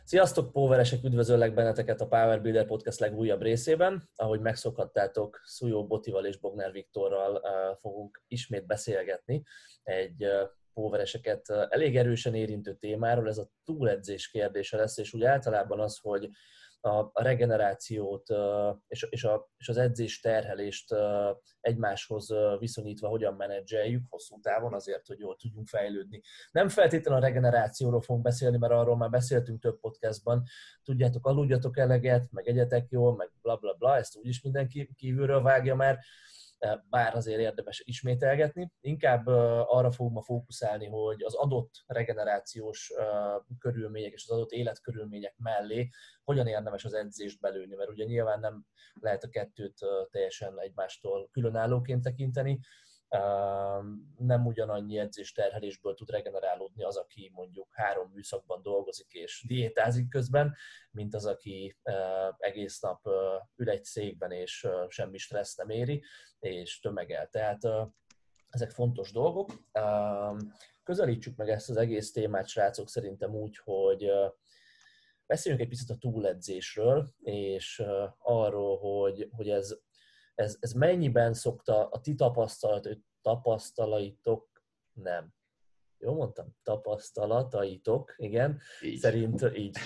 Sziasztok, Poweresek! Üdvözöllek benneteket a Power Builder Podcast legújabb részében. Ahogy megszokhattátok, Szújó Botival és Bognár Viktorral fogunk ismét beszélgetni egy Powereseket elég erősen érintő témáról. Ez a túledzés kérdése lesz, és úgy általában az, hogy a regenerációt és az edzés terhelést egymáshoz viszonyítva hogyan menedzseljük hosszú távon azért, hogy jól tudjunk fejlődni. Nem feltétlenül a regenerációról fogunk beszélni, mert arról már beszéltünk több podcastban. Tudjátok, aludjatok eleget, meg egyetek jól, meg bla bla bla, ezt úgyis mindenki kívülről vágja már, bár azért érdemes ismételgetni. Inkább arra fogunk ma fókuszálni, hogy az adott regenerációs körülmények és az adott életkörülmények mellé hogyan érdemes az edzést belőni, mert ugye nyilván nem lehet a kettőt teljesen egymástól különállóként tekinteni. Nem ugyanannyi edzésterhelésből tud regenerálódni az, aki mondjuk 3 műszakban dolgozik és diétázik közben, mint az, aki egész nap ül egy székben és semmi stressz nem éri, és tömegel. Tehát ezek fontos dolgok. Közelítsük meg ezt az egész témát, srácok, szerintem úgy, hogy beszéljünk egy picit a túledzésről, és arról, hogy ez mennyiben szokta a ti tapasztalaitok, nem. Jó mondtam? Tapasztalataitok, igen, így. Szerint így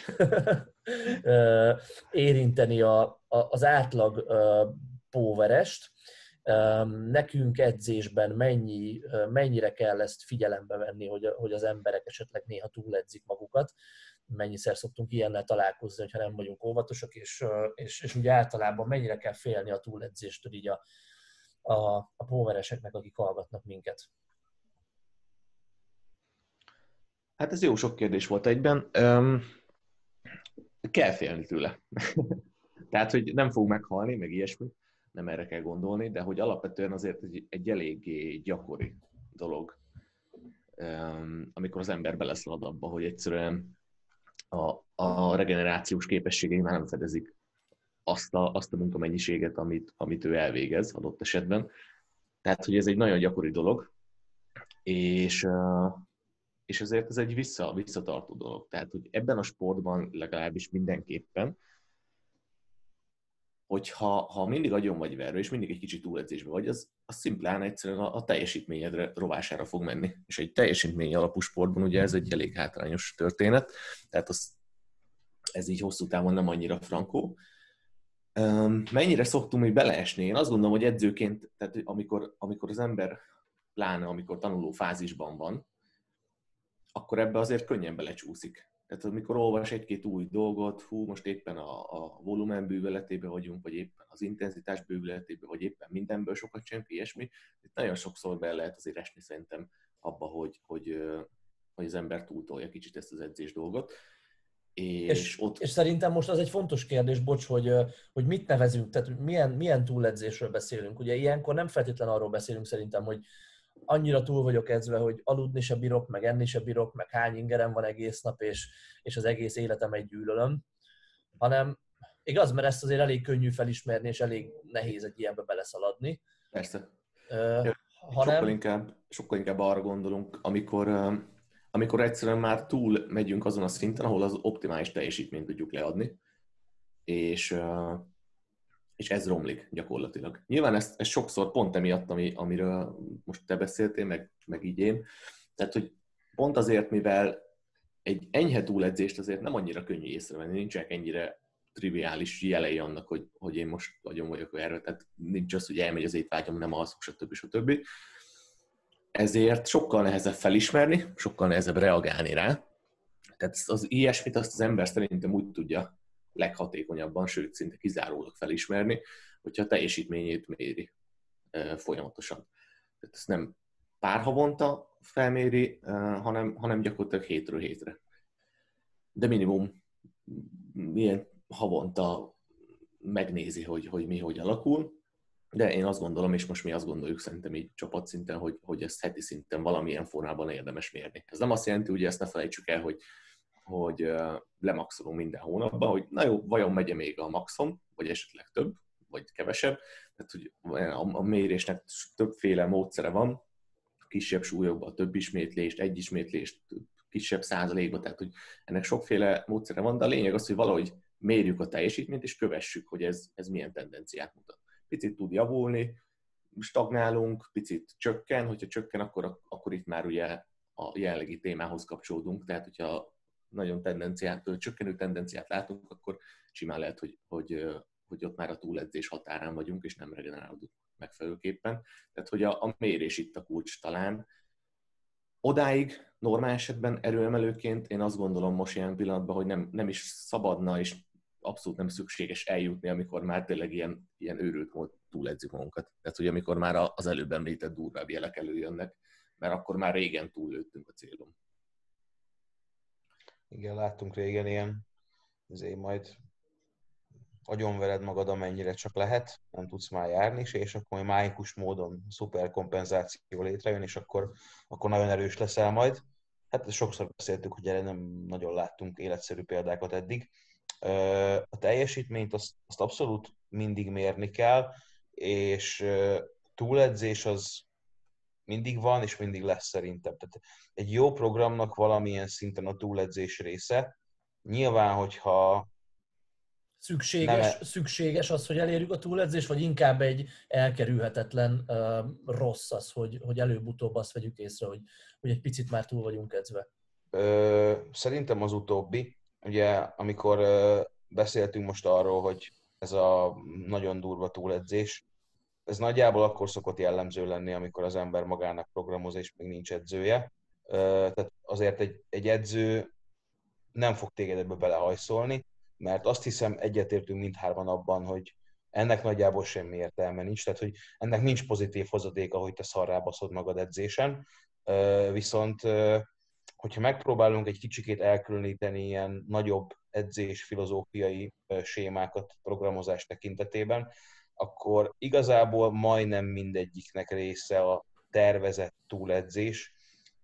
érinteni az átlag póverest. Nekünk edzésben mennyire kell ezt figyelembe venni, hogy az emberek esetleg néha túledzik magukat. Mennyiszer szoktunk ilyennel találkozni, hogyha nem vagyunk óvatosak, és úgy általában mennyire kell félni a túledzéstől így a póvereseknek, akik hallgatnak minket. Hát ez jó sok kérdés volt egyben. Kell félni tőle. Tehát, hogy nem fog meghalni, meg ilyesmi, nem erre kell gondolni, de hogy alapvetően azért egy eléggé gyakori dolog, amikor az ember beleszalad abba, hogy egyszerűen a regenerációs képességei már nem fedezik azt a munkamennyiséget, amit ő elvégez adott esetben. Tehát, hogy ez egy nagyon gyakori dolog, és ezért ez egy visszatartó dolog. Tehát, hogy ebben a sportban legalábbis mindenképpen, hogyha mindig agyon vagy verve, és mindig egy kicsit túledzésbe vagy, az szimplán egyszerűen a teljesítményedre rovására fog menni. És egy teljesítmény alapú sportban ugye ez egy elég hátrányos történet, tehát ez így hosszú távon nem annyira frankó. Mennyire szoktunk mi beleesni? Én azt gondolom, hogy edzőként, tehát amikor az ember, pláne amikor tanuló fázisban van, akkor ebbe azért könnyen belecsúszik. Tehát amikor olvas egy-két új dolgot, most éppen a volumen bővületében vagyunk, vagy éppen az intenzitás bővületében, vagy éppen mindenből sokat csinálunk, ilyesmi, itt nagyon sokszor bele lehet azért esni szerintem abba, hogy az ember túltolja kicsit ezt az edzés dolgot. És szerintem most az egy fontos kérdés, bocs, hogy mit nevezünk, tehát milyen túledzésről beszélünk. Ugye ilyenkor nem feltétlenül arról beszélünk szerintem, hogy annyira túl vagyok edzve, hogy aludni se bírok, meg enni se bírok, meg hány ingerem van egész nap, és az egész életem egy gyűlölöm, hanem igaz, mert ezt azért elég könnyű felismerni, és elég nehéz egy ilyenbe beleszaladni. Persze. Sokkal inkább arra gondolunk, amikor egyszerűen már túl megyünk azon a szinten, ahol az optimális teljesítményt tudjuk leadni, és ez romlik gyakorlatilag. Nyilván ez sokszor pont emiatt, amiről most te beszéltél, meg így én. Tehát, hogy pont azért, mivel egy enyhe túledzést azért nem annyira könnyű észrevenni, nincsenek ennyire triviális jelei annak, hogy én most nagyon vagyok erre, tehát nincs az, hogy elmegy az étvágyam, nem alszok, stb. Ezért sokkal nehezebb felismerni, sokkal nehezebb reagálni rá. Tehát az ilyesmit azt az ember szerintem úgy tudja leghatékonyabban, sőt szinte kizárólag felismerni, hogyha a teljesítményét méri folyamatosan. Tehát ezt nem pár havonta felméri, hanem gyakorlatilag hétről hétre. De minimum ilyen havonta megnézi, hogy mi hogy alakul, de én azt gondolom, és most mi azt gondoljuk szerintem így csapatszinten, hogy ezt heti szinten valamilyen formában érdemes mérni. Ez nem azt jelenti, hogy ezt ne felejtsük el, hogy lemaxolunk minden hónapban, hogy na jó, vajon megy még a maxom, vagy esetleg több, vagy kevesebb. Tehát, hogy a mérésnek többféle módszere van, kisebb súlyokban több ismétlést, egy ismétlést kisebb százalékba, tehát hogy ennek sokféle módszere van, de a lényeg az, hogy valahogy mérjük a teljesítményt, és kövessük, hogy ez milyen tendenciát mutat. Picit tud javulni, stagnálunk, picit csökken, hogyha csökken, akkor itt már ugye a jelenlegi témához kapcsolódunk, tehát hogyha nagyon csökkenő tendenciát látunk, akkor simán lehet, hogy ott már a túledzés határán vagyunk, és nem regenerálódunk megfelelőképpen. Tehát, hogy a mérés itt a kulcs talán. Odáig normál esetben erőemelőként én azt gondolom most ilyen pillanatban, hogy nem is szabadna, és abszolút nem szükséges eljutni, amikor már tényleg ilyen őrült mód túledzük magunkat. Tehát, hogy amikor már az előbb említett durvább jelek előjönnek, mert akkor már régen túllőttünk a célon. Igen, láttunk régen ilyen, ezért majd agyonvered magad amennyire csak lehet, nem tudsz már járni, és akkor majd mágikus módon szuperkompenzáció létrejön, és akkor nagyon erős leszel majd. Hát sokszor beszéltük, hogy erre nem nagyon láttunk életszerű példákat eddig. A teljesítményt azt abszolút mindig mérni kell, és túledzés az mindig van, és mindig lesz szerintem. Tehát egy jó programnak valamilyen szinten a túledzés része. Nyilván, hogyha Szükséges az, hogy elérjük a túledzést, vagy inkább egy elkerülhetetlen rossz az, hogy előbb-utóbb azt vegyük észre, hogy egy picit már túl vagyunk edzve? Szerintem az utóbbi. Ugye, amikor beszéltünk most arról, hogy ez a nagyon durva túledzés, ez nagyjából akkor szokott jellemző lenni, amikor az ember magának programoz, és még nincs edzője. Tehát azért egy edző nem fog téged ebbe belehajszolni, mert azt hiszem egyetértünk mindhárman abban, hogy ennek nagyjából semmi értelme nincs, tehát hogy ennek nincs pozitív hozadéka, hogy te szarrá baszod magad edzésen, viszont hogyha megpróbálunk egy kicsikét elkülöníteni ilyen nagyobb edzés filozófiai sémákat programozás tekintetében, akkor igazából majdnem mindegyiknek része a tervezett túledzés,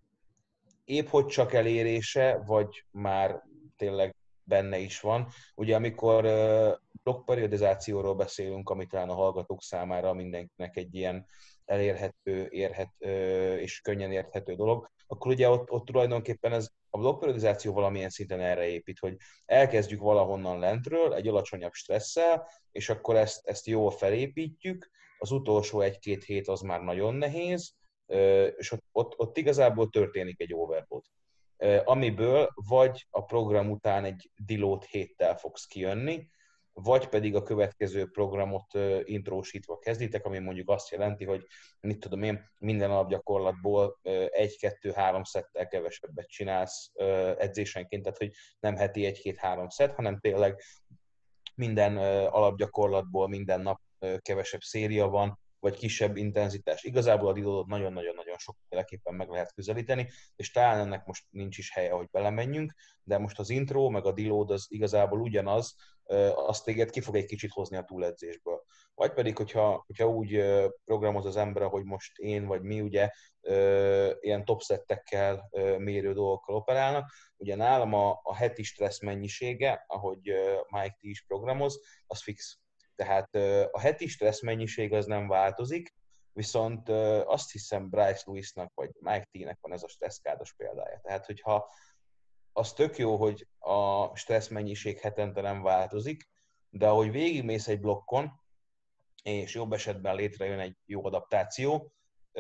épp hogy csak elérése, vagy már tényleg benne is van. Ugye amikor blokkperiodizációról beszélünk, ami talán a hallgatók számára mindenkinek egy ilyen elérhető, és könnyen érthető dolog, akkor ugye ott tulajdonképpen a blokkperiodizáció valamilyen szinten erre épít, hogy elkezdjük valahonnan lentről, egy alacsonyabb stresszel, és akkor ezt jól felépítjük, az utolsó egy-két hét az már nagyon nehéz, és ott igazából történik egy overload, amiből vagy a program után egy deload héttel fogsz kijönni, vagy pedig a következő programot intrósítva kezditek, ami mondjuk azt jelenti, hogy mit tudom én, minden alapgyakorlatból 1-2-3 szettel kevesebbet csinálsz edzésenként, tehát hogy nem heti 1-2-3 szett, hanem tényleg minden alapgyakorlatból minden nap kevesebb széria van, vagy kisebb intenzitás. Igazából a deloadot nagyon-nagyon-nagyon sokféleképpen meg lehet közelíteni, és talán ennek most nincs is helye, hogy belemenjünk, de most az intro meg a deload az igazából ugyanaz, azt téged ki fog egy kicsit hozni a túledzésből. Vagy pedig, hogyha úgy programoz az ember, hogy most én vagy mi ugye ilyen topszettekkel mérő dolgokkal operálnak, ugye nálam a heti stressz mennyisége, ahogy Mike ti is programoz, az fix. Tehát a heti stressz mennyiség az nem változik, viszont azt hiszem Bryce Lewisnak vagy Mike T-nek van ez a stresszkádos példája. Tehát, hogyha az tök jó, hogy a stressz mennyiség hetente nem változik, de ahogy végigmész egy blokkon, és jobb esetben létrejön egy jó adaptáció,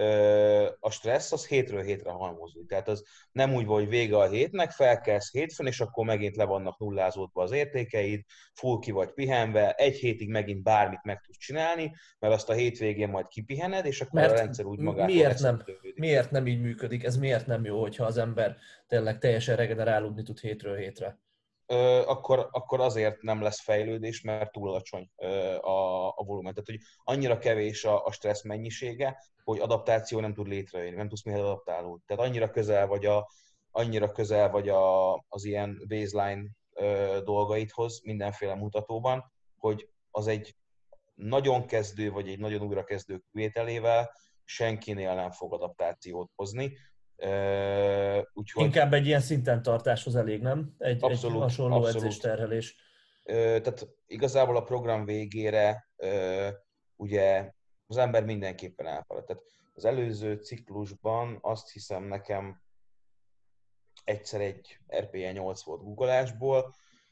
a stressz az hétről hétre halmozódik. Tehát az nem úgy van, hogy vége a hétnek, felkelsz hétfőn, és akkor megint le vannak nullázódva az értékeid, full ki vagy pihenve, egy hétig megint bármit meg tudsz csinálni, mert azt a hétvégén majd kipihened, és akkor a rendszer úgy magától leszedődik. Miért nem így működik? Ez miért nem jó, hogyha az ember tényleg teljesen regenerálódni tud hétről hétre? Akkor azért nem lesz fejlődés, mert túl alacsony a volumen. Tehát, hogy annyira kevés a stressz mennyisége, hogy adaptáció nem tud létrejönni, nem tudsz mihez adaptálódni. Tehát annyira közel vagy az ilyen baseline dolgaidhoz mindenféle mutatóban, hogy az egy nagyon kezdő vagy egy nagyon újrakezdő kivételével senkinél nem fog adaptációt hozni. Úgyhogy inkább egy ilyen szinten tartáshoz elég, nem? Egy hasonló edzésterhelés. Tehát igazából a program végére ugye az ember mindenképpen elfalad. Tehát az előző ciklusban azt hiszem nekem egyszer egy RPE 8 volt googolásból,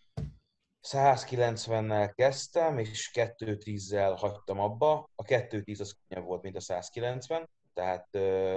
190-nel kezdtem, és 210-zel hagytam abba. A 210 az könnyebb volt, mint a 190, tehát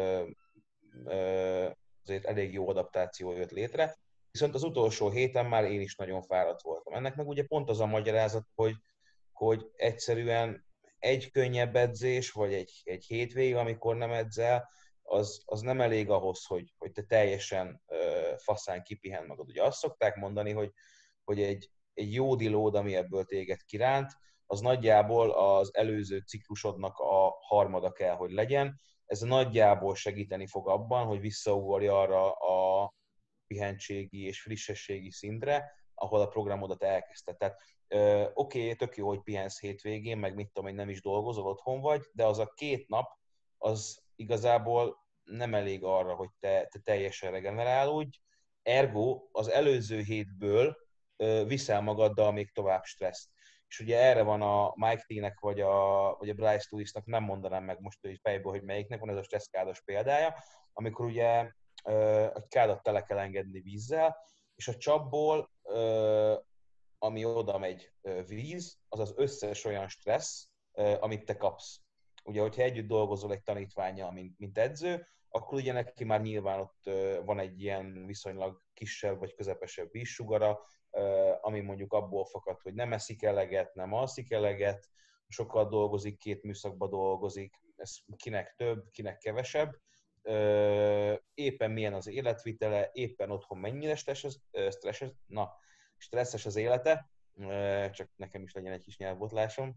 azért elég jó adaptáció jött létre. Viszont az utolsó héten már én is nagyon fáradt voltam. Ennek meg ugye pont az a magyarázat, hogy egyszerűen egy könnyebb edzés, vagy egy hétvég, amikor nem edzel, az nem elég ahhoz, hogy te teljesen faszán kipihen magad. Ugye azt szokták mondani, hogy egy jó dilód, ami ebből téged kiránt, az nagyjából az előző ciklusodnak a harmada kell, hogy legyen. Ez nagyjából segíteni fog abban, hogy visszaugorja arra a pihentségi és frissességi szintre, ahol a programodat elkezdted. Tehát oké, tök jó, hogy pihensz hétvégén, meg mit tudom, hogy nem is dolgozol, otthon vagy, de az a 2 nap, az igazából nem elég arra, hogy te teljesen regenerálódj. Ergo az előző hétből viszel magaddal még tovább stresszt. És ugye erre van a Mike T-nek vagy a Bryce Lewisnak, nem mondanám meg most hogy fejből, hogy melyiknek van ez a stresszkádos példája, amikor ugye egy kádat tele kell engedni vízzel, és a csapból, ami oda megy víz, az az összes olyan stressz, amit te kapsz. Ugye, hogyha együtt dolgozol egy tanítvánnyal, mint edző, akkor ugye neki már nyilván ott van egy ilyen viszonylag kisebb vagy közepesebb vízsugara, ami mondjuk abból fakad, hogy nem eszik eleget, nem alszik eleget, sokkal dolgozik, 2 műszakba dolgozik, ez kinek több, kinek kevesebb, éppen milyen az életvitele, éppen otthon mennyire stresszes az élete, csak nekem is legyen egy kis nyelvbotlásom.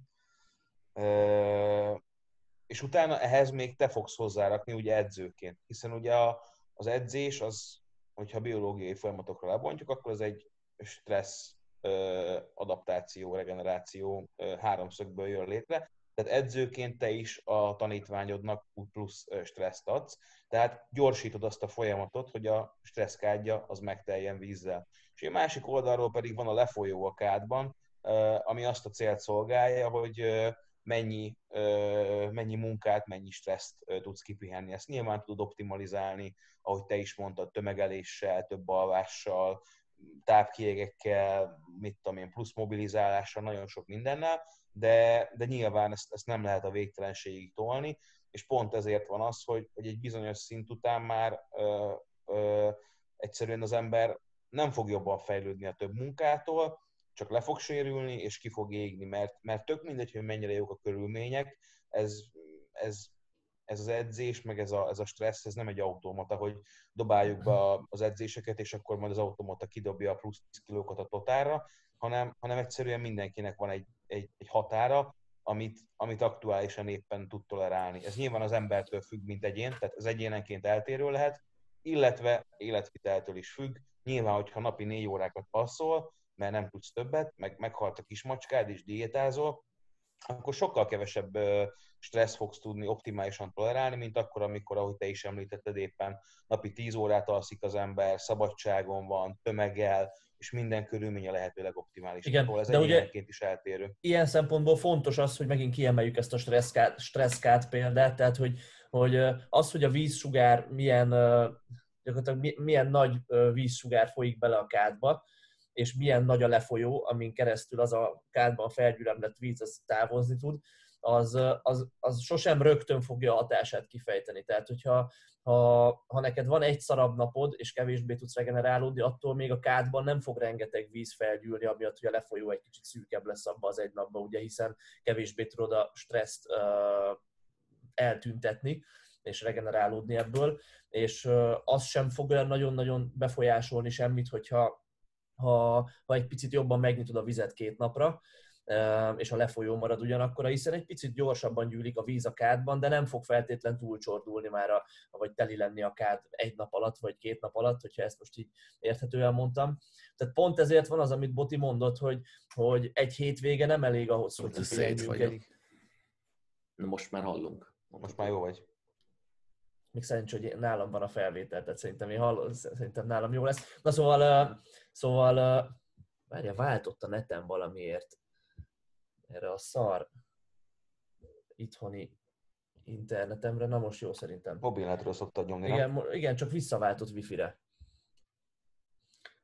És utána ehhez még te fogsz hozzárakni ugye edzőként, hiszen ugye az edzés, hogyha biológiai folyamatokra lebontjuk, akkor az egy stressz, adaptáció, regeneráció háromszögből jön létre. Tehát edzőként te is a tanítványodnak plusz stresszt adsz, tehát gyorsítod azt a folyamatot, hogy a stresszkádja az megteljen vízzel. És a másik oldalról pedig van a lefolyó a kádban, ami azt a célt szolgálja, hogy mennyi munkát, mennyi stresszt tudsz kipihenni. Ezt nyilván tudod optimalizálni, ahogy te is mondtad, tömegeléssel, több alvással, tápkiégekkel, mit tudom én, plusz mobilizálással, nagyon sok mindennel, de nyilván ezt nem lehet a végtelenségig tolni, és pont ezért van az, hogy egy bizonyos szint után már egyszerűen az ember nem fog jobban fejlődni a több munkától, csak le fog sérülni, és ki fog égni, mert tök mindegy, hogy mennyire jók a körülmények, ez az edzés, meg ez a stressz, ez nem egy automata, hogy dobáljuk be az edzéseket, és akkor majd az automata kidobja a plusz 10 kilókat a totálra, hanem egyszerűen mindenkinek van egy határa, amit aktuálisan éppen tud tolerálni. Ez nyilván az embertől függ, mint egyén, tehát az egyénenként eltérő lehet, illetve életviteltől is függ. Nyilván, hogyha napi 4 órákat passzol, mert nem tudsz többet, meg meghalt a kismacskád és diétázol, akkor sokkal kevesebb stressz fogsz tudni optimálisan tolerálni, mint akkor, amikor, ahogy te is említetted, éppen napi 10 órát alszik az ember, szabadságon van, tömeggel, és minden körülménye lehetőleg optimális. Igen, ez de ugye egyénenként is eltérő. ilyen szempontból fontos az, hogy megint kiemeljük ezt a stresszkád példát, tehát hogy az, hogy a vízsugár gyakorlatilag milyen nagy vízsugár folyik bele a kádba, és milyen nagy a lefolyó, amin keresztül az a kádban felgyülemlett víz az távozni tud, az sosem rögtön fogja a hatását kifejteni. Tehát, hogyha neked van egy szarabb napod, és kevésbé tudsz regenerálódni, attól még a kádban nem fog rengeteg víz felgyűlni, amiatt, hogy a lefolyó egy kicsit szűkebb lesz abban az egy napban, ugye, hiszen kevésbé tudod a stresszt eltüntetni, és regenerálódni ebből, és az sem fog olyan nagyon-nagyon befolyásolni semmit, hogyha egy picit jobban megnyitod a vizet 2 napra, és a lefolyó marad ugyanakkora, hiszen egy picit gyorsabban gyűlik a víz a kádban, de nem fog feltétlen túlcsordulni már, vagy teli lenni a kád 1 nap alatt, vagy 2 nap alatt, hogyha ezt most így érthetően mondtam. Tehát pont ezért van az, amit Boti mondott, hogy egy hétvége nem elég ahhoz, hogy szétfagyok. Na most már hallunk. Most már jó vagy. Még szerencsé, hogy nálam van a felvétel, tehát szerintem nálam jó lesz. Na szóval várja, váltott a neten valamiért erre a szar itthoni internetemre, na most jó szerintem. Mobilnetről szoktad nyomni, igen, csak visszaváltott wifi-re.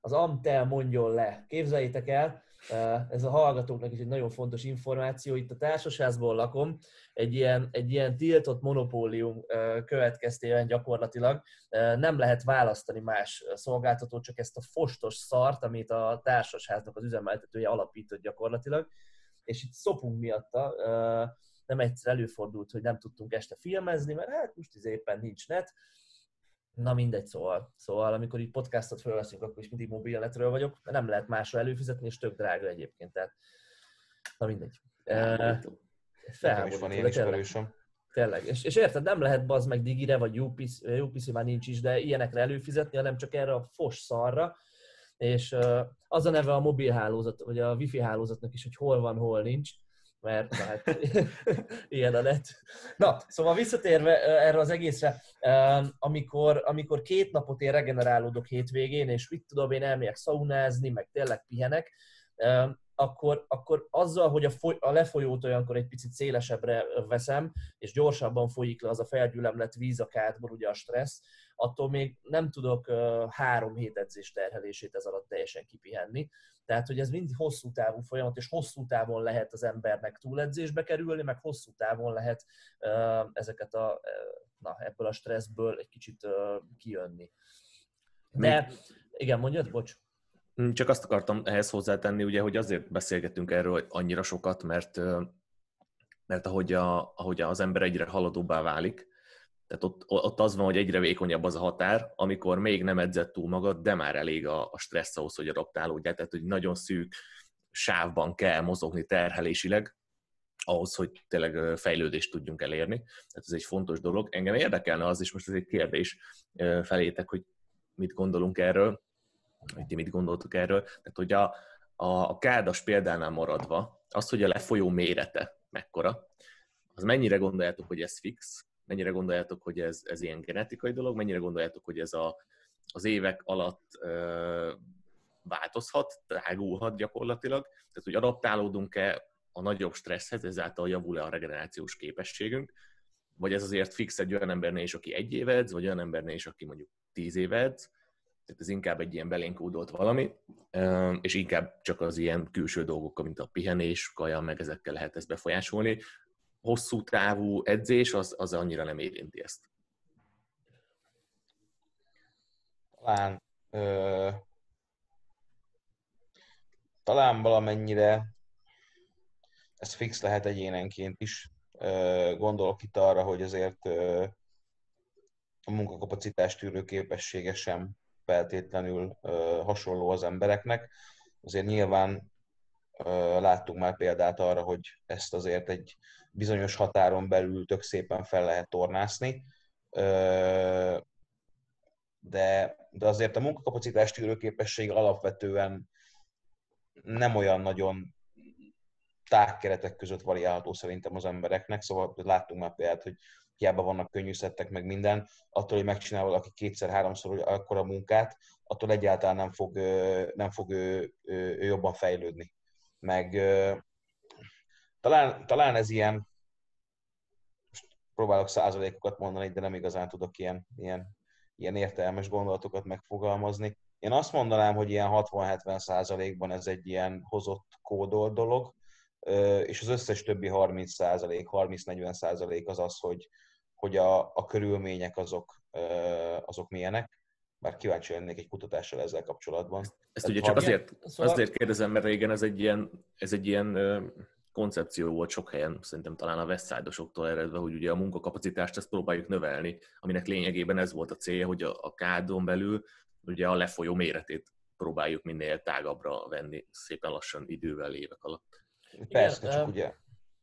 az Amtel mondjon le. Képzeljétek el, ez a hallgatóknak is egy nagyon fontos információ, itt a társasházból lakom, egy ilyen tiltott monopólium következtében gyakorlatilag nem lehet választani más szolgáltatót, csak ezt a fostos szart, amit a társasháznak az üzemeltetője alapított gyakorlatilag, és itt szopunk miatta, nem egyszer előfordult, hogy nem tudtunk este filmezni, mert hát most éppen nincs net. Na mindegy, szóval amikor így podcastot felveszünk, akkor is mindig mobilnetről vagyok, mert nem lehet másra előfizetni, és tök drága egyébként, tehát na mindegy. Felháborító, de tényleg. És érted, nem lehet bazd meg Digire, vagy UPC már nincs is, de ilyenekre előfizetni, hanem csak erre a fos szarra, és az a neve a mobilhálózat, vagy a wifi hálózatnak is, hogy hol van, hol nincs, mert hát ilyen a net. Na, szóval visszatérve erre az egészre, amikor 2 napot én regenerálódok hétvégén, és mit tudom én, elmegyek szaunázni, meg tényleg pihenek, akkor azzal, hogy a lefolyót olyankor egy picit szélesebbre veszem, és gyorsabban folyik le az a felgyülemlett víz a kádból, ugye a stressz, attól még nem tudok 3 hét edzés terhelését ez alatt teljesen kipihenni. Tehát, hogy ez mind hosszú távú folyamat, és hosszú távon lehet az embernek túledzésbe kerülni, meg hosszú távon lehet ezeket ebből a stresszből egy kicsit kijönni. De, igen, mondjad, bocs. Csak azt akartam ehhez hozzátenni, ugye, hogy azért beszélgetünk erről annyira sokat, mert ahogy az ember egyre haladóbbá válik, tehát ott az van, hogy egyre vékonyabb az a határ, amikor még nem edzett túl magad, de már elég a stressz ahhoz, hogy adaptálódjál, tehát hogy nagyon szűk sávban kell mozogni terhelésileg, ahhoz, hogy tényleg fejlődést tudjunk elérni. Tehát ez egy fontos dolog. Engem érdekelne az is, most ez egy kérdés felétek, hogy mit gondolunk erről, hogy ti mit gondoltok erről. Tehát, hogy a kádas példánál maradva, az, hogy a lefolyó mérete mekkora, az mennyire gondoljátok, hogy ez fix, mennyire gondoljátok, hogy ez ilyen genetikai dolog, mennyire gondoljátok, hogy ez az évek alatt változhat, drágulhat gyakorlatilag, tehát hogy adaptálódunk-e a nagyobb stresszhez, ezáltal javul-e a regenerációs képességünk, vagy ez azért fix egy olyan embernél is, aki 1 éve edz, vagy olyan embernél is, aki mondjuk 10 éve edz, tehát ez inkább egy ilyen belénkódolt valami, és inkább csak az ilyen külső dolgok, mint a pihenés, kaja, meg ezekkel lehet ezt befolyásolni. Hosszú távú edzés, az annyira nem érinti ezt. Talán valamennyire ez fix lehet egyénenként is. Gondolok itt arra, hogy azért a munkakapacitás tűrő képessége sem feltétlenül hasonló az embereknek. Azért nyilván láttunk már példát arra, hogy ezt azért egy bizonyos határon belül tök szépen fel lehet tornászni, de azért a munkakapacitás tűrőképesség alapvetően nem olyan nagyon tágkeretek között variálható szerintem az embereknek, szóval láttunk már példát, hogy hiába vannak könnyűszettek meg minden, attól, hogy megcsinál valaki 2-3-szor akkora munkát, attól egyáltalán nem fog ő jobban fejlődni. Meg talán ez ilyen, próbálok százalékokat mondani, de nem igazán tudok ilyen értelmes gondolatokat megfogalmazni. Én azt mondanám, hogy ilyen 60-70%-ban ez egy ilyen hozott kódolt dolog, és az összes többi 30-40% az, hogy a körülmények azok milyenek. Bár kíváncsi lennék egy kutatással ezzel kapcsolatban. Ezt ugye csak azért kérdezem, mert régen ez egy ilyen koncepció volt sok helyen, szerintem talán a Westside-osoktól eredve, hogy ugye a munkakapacitást ezt próbáljuk növelni, aminek lényegében ez volt a célja, hogy a kádon belül ugye a lefolyó méretét próbáljuk minél tágabbra venni, szépen lassan idővel, évek alatt. Persze, igen, csak ugye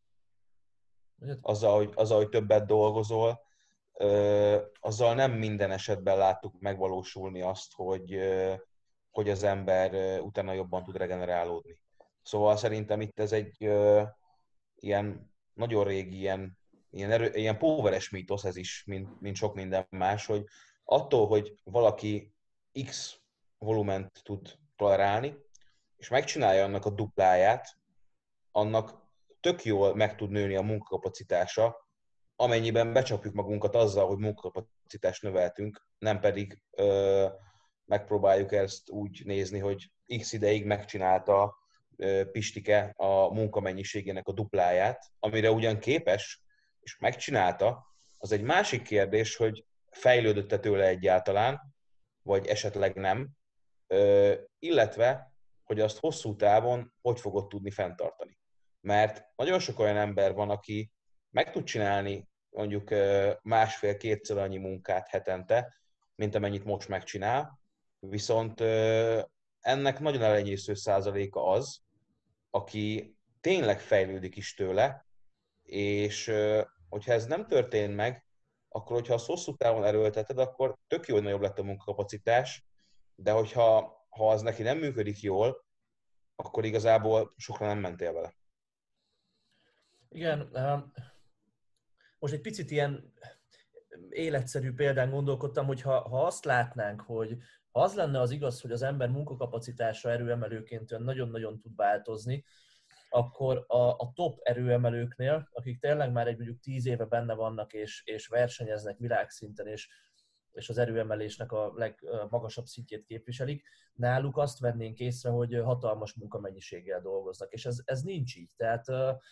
azzal, hogy többet dolgozol, azzal nem minden esetben láttuk megvalósulni azt, hogy az ember utána jobban tud regenerálódni. Szóval szerintem itt ez egy ilyen nagyon régi, ilyen póveres mítosz ez is, mint sok minden más, hogy attól, hogy valaki X volument tud tolerálni, és megcsinálja annak a dupláját, annak tök jól meg tud nőni a munkakapacitása, amennyiben becsapjuk magunkat azzal, hogy munkakapacitást növeltünk, nem pedig megpróbáljuk ezt úgy nézni, hogy x ideig megcsinálta Pistike a munkamennyiségének a dupláját, amire ugyan képes, és megcsinálta, az egy másik kérdés, hogy fejlődött-e tőle egyáltalán, vagy esetleg nem, illetve, hogy azt hosszú távon hogy fogod tudni fenntartani. Mert nagyon sok olyan ember van, aki meg tud csinálni mondjuk másfél-kétszer annyi munkát hetente, mint amennyit most megcsinál, viszont ennek nagyon elenyésző százaléka az, aki tényleg fejlődik is tőle, és hogyha ez nem történt meg, akkor hogyha azt hosszú távon erőlteted, akkor tök jó, hogy nagyobb lett a munkakapacitás, de ha az neki nem működik jól, akkor igazából sokra nem mentél vele. Igen, most egy picit ilyen életszerű példán gondolkodtam, hogy ha azt látnánk, hogy ha az lenne az igaz, hogy az ember munkakapacitása erőemelőként nagyon-nagyon tud változni, akkor a top erőemelőknél, akik tényleg már egy mondjuk 10 éve benne vannak és versenyeznek világszinten, és az erőemelésnek a legmagasabb szintjét képviselik, náluk azt vennénk észre, hogy hatalmas munkamennyiséggel dolgoznak, és ez nincs így. Tehát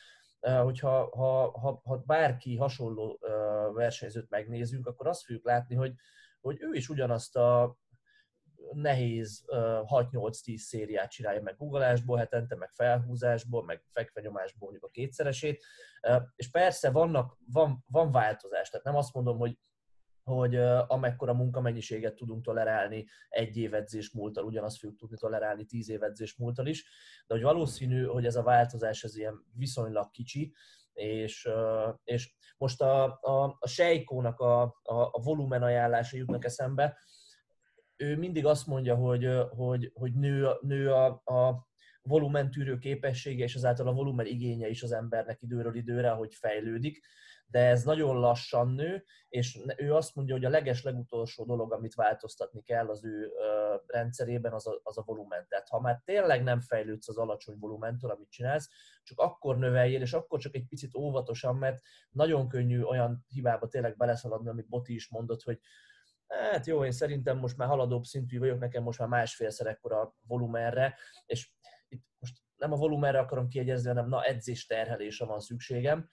hogyha bárki hasonló versenyzőt megnézünk, akkor azt fogjuk látni, hogy ő is ugyanazt a nehéz 6-8-10 szériát csinálja meg guggolásból hetente, meg felhúzásból, meg fekvenyomásból mondjuk a kétszeresét, és persze van változás, tehát nem azt mondom, hogy amekkora munkamennyiséget tudunk tolerálni egy év edzés múltal, ugyanazt fogjuk tudni tolerálni 10 év edzés múltal is, de hogy valószínű, hogy ez a változás ez ilyen viszonylag kicsi, és most a Seikónak a volumen ajánlása jutnak eszembe. Ő mindig azt mondja, hogy nő a volumentűrő képessége, és ezáltal a volumen igénye is az embernek időről időre, ahogy fejlődik, de ez nagyon lassan nő, és ő azt mondja, hogy a legutolsó dolog, amit változtatni kell az ő rendszerében, az a volumen. Tehát ha már tényleg nem fejlődsz az alacsony volumentől, amit csinálsz, csak akkor növeljél, és akkor csak egy picit óvatosan, mert nagyon könnyű olyan hibába tényleg beleszaladni, amit Boti is mondott, hogy hát jó, én szerintem most már haladóbb szintű vagyok, nekem most már másfélszer ekkora volumenre, és itt most nem a volumenre akarom kiegyezni, hanem edzés terhelésre van szükségem,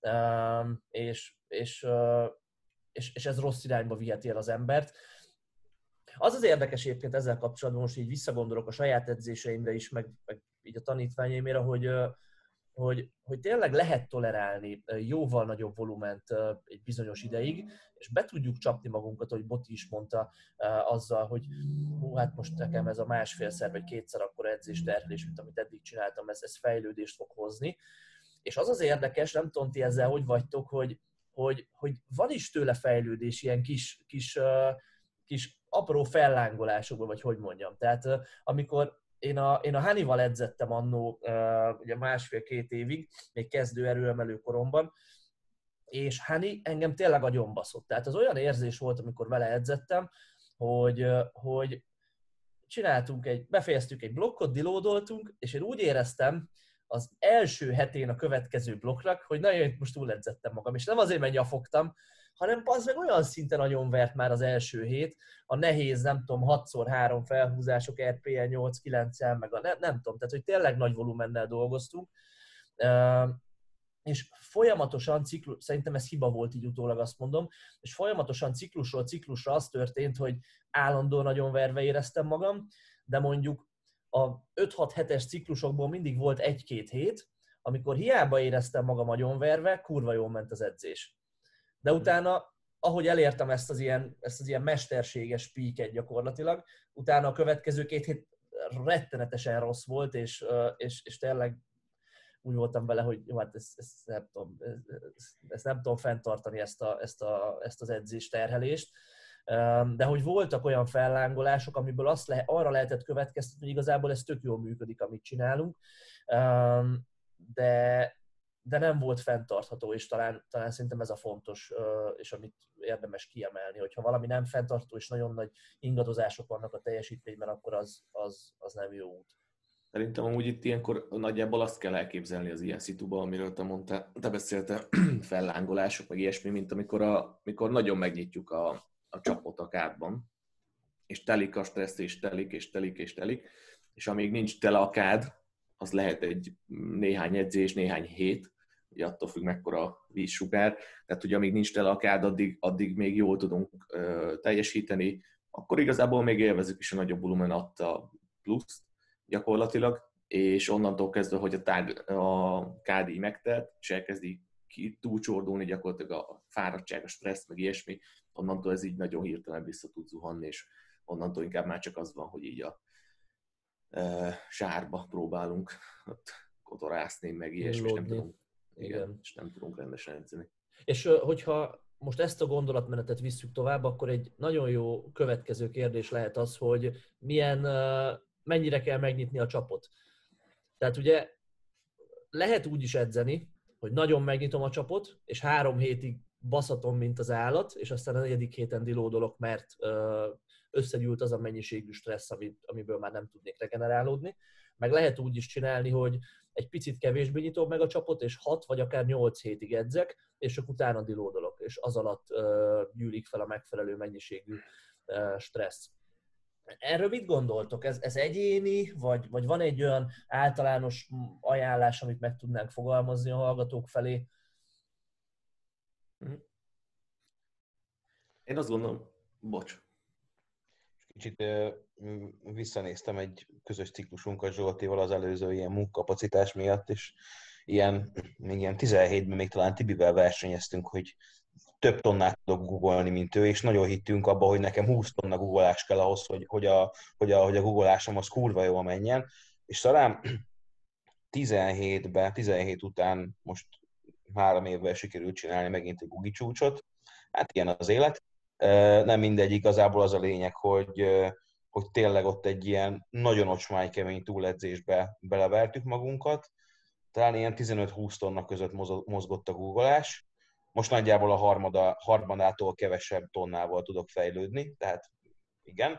és ez rossz irányba viheti el az embert. Az érdekes egyébként ezzel kapcsolatban, most így visszagondolok a saját edzéseimre is, meg így a tanítványaimra, hogy tényleg lehet tolerálni jóval nagyobb volument egy bizonyos ideig, és be tudjuk csapni magunkat, hogy Boti is mondta azzal, hogy hát most nekem ez a másfélszer vagy kétszer akkora edzésterhelés, mint amit eddig csináltam, ez fejlődést fog hozni. És az érdekes, nem tudom ti ezzel hogy vagytok, hogy van is tőle fejlődés ilyen kis apró fellángolásokban, vagy hogy mondjam. Tehát amikor én a Hanival edzettem annó ugye 1,5-2 évig, még kezdő erőemelő koromban, és Hani engem tényleg agyonbaszott. Tehát az olyan érzés volt, amikor vele edzettem, hogy befejeztük egy blokkot, dilódoltunk, és én úgy éreztem az első hetén a következő blokknak, hogy nagyon én most túledzettem magam, és nem azért, mert nyafogtam, hanem az meg olyan szinten agyonvert már az első hét, a nehéz, nem tudom, 6x3 felhúzások, RPE 8-9-el, meg nem tudom, tehát hogy tényleg nagy volumennel dolgoztunk, és folyamatosan, szerintem ez hiba volt így utólag, azt mondom, és folyamatosan ciklusról ciklusra az történt, hogy állandóan nagyon verve éreztem magam, de mondjuk a 5-6 hetes ciklusokból mindig volt 1-2 hét, amikor hiába éreztem magam agyonverve, kurva jól ment az edzés. De utána, ahogy elértem ezt az ilyen mesterséges píket gyakorlatilag, utána a következő 2 hét rettenetesen rossz volt, és tényleg úgy voltam vele, hogy jó, hát ezt nem tudom fenntartani, ezt az edzés terhelést. De hogy voltak olyan fellángolások, amiből arra lehetett következtetni, hogy igazából ez tök jól működik, amit csinálunk, de nem volt fenntartható, és talán szerintem ez a fontos, és amit érdemes kiemelni, hogyha valami nem fenntartható, és nagyon nagy ingadozások vannak a teljesítményben, akkor az nem jó út. Szerintem amúgy itt ilyenkor nagyjából azt kell elképzelni az ilyen szituban, amiről te beszéltél, fellángolások, meg ilyesmi, mint amikor nagyon megnyitjuk a csapot a kádban, és telik a stressz, és telik, és telik, és telik, és amíg nincs tele a kád, az lehet egy néhány edzés, néhány hét, ugye attól függ mekkora a vízsugár, tehát ugye amíg nincs tele a kád, addig még jól tudunk teljesíteni, akkor igazából még élvezzük is a nagyobb volumen adta pluszt gyakorlatilag, és onnantól kezdve, hogy a kád így megtelt, és elkezdi túlcsordulni gyakorlatilag a fáradtság, a stressz, meg ilyesmi, onnantól ez így nagyon hirtelen vissza tud zuhanni, és onnantól inkább már csak az van, hogy így a sárba próbálunk ott kotorászni, meg ilyesmi, és nem tudunk, igen, és nem tudunk rendesen edzeni. És hogyha most ezt a gondolatmenetet visszük tovább, akkor egy nagyon jó következő kérdés lehet az, hogy mennyire kell megnyitni a csapot. Tehát ugye lehet úgy is edzeni, hogy nagyon megnyitom a csapot, és 3 hétig baszatom, mint az állat, és aztán a 4. héten dilódolok, mert összegyűlt az a mennyiségű stressz, amiből már nem tudnék regenerálódni. Meg lehet úgy is csinálni, hogy egy picit kevésbé nyitom meg a csapot, és 6 vagy akár 8 hétig edzek, és csak utána dilódolok, és az alatt gyűlik fel a megfelelő mennyiségű stressz. Erről mit gondoltok? Ez egyéni, vagy van egy olyan általános ajánlás, amit meg tudnánk fogalmazni a hallgatók felé? Én azt gondolom, bocs. Kicsit visszanéztem egy közös ciklusunkat Zsoltival az előző ilyen munkakapacitás miatt, és még ilyen 17-ben még talán Tibivel versenyeztünk, hogy több tonnát tudok googolni, mint ő, és nagyon hittünk abba, hogy nekem 20 tonna googolás kell ahhoz, hogy a googolásom az kurva jól menjen. És talán 17 után most 3 évvel sikerült csinálni megint egy Google csúcsot. Hát ilyen az élet. Nem mindegy, igazából az a lényeg, hogy tényleg ott egy ilyen nagyon ocsmány kemény túledzésbe belevertük magunkat. Talán ilyen 15-20 tonna között mozgott a googolás. Most nagyjából a harmadától kevesebb tonnával tudok fejlődni, tehát igen.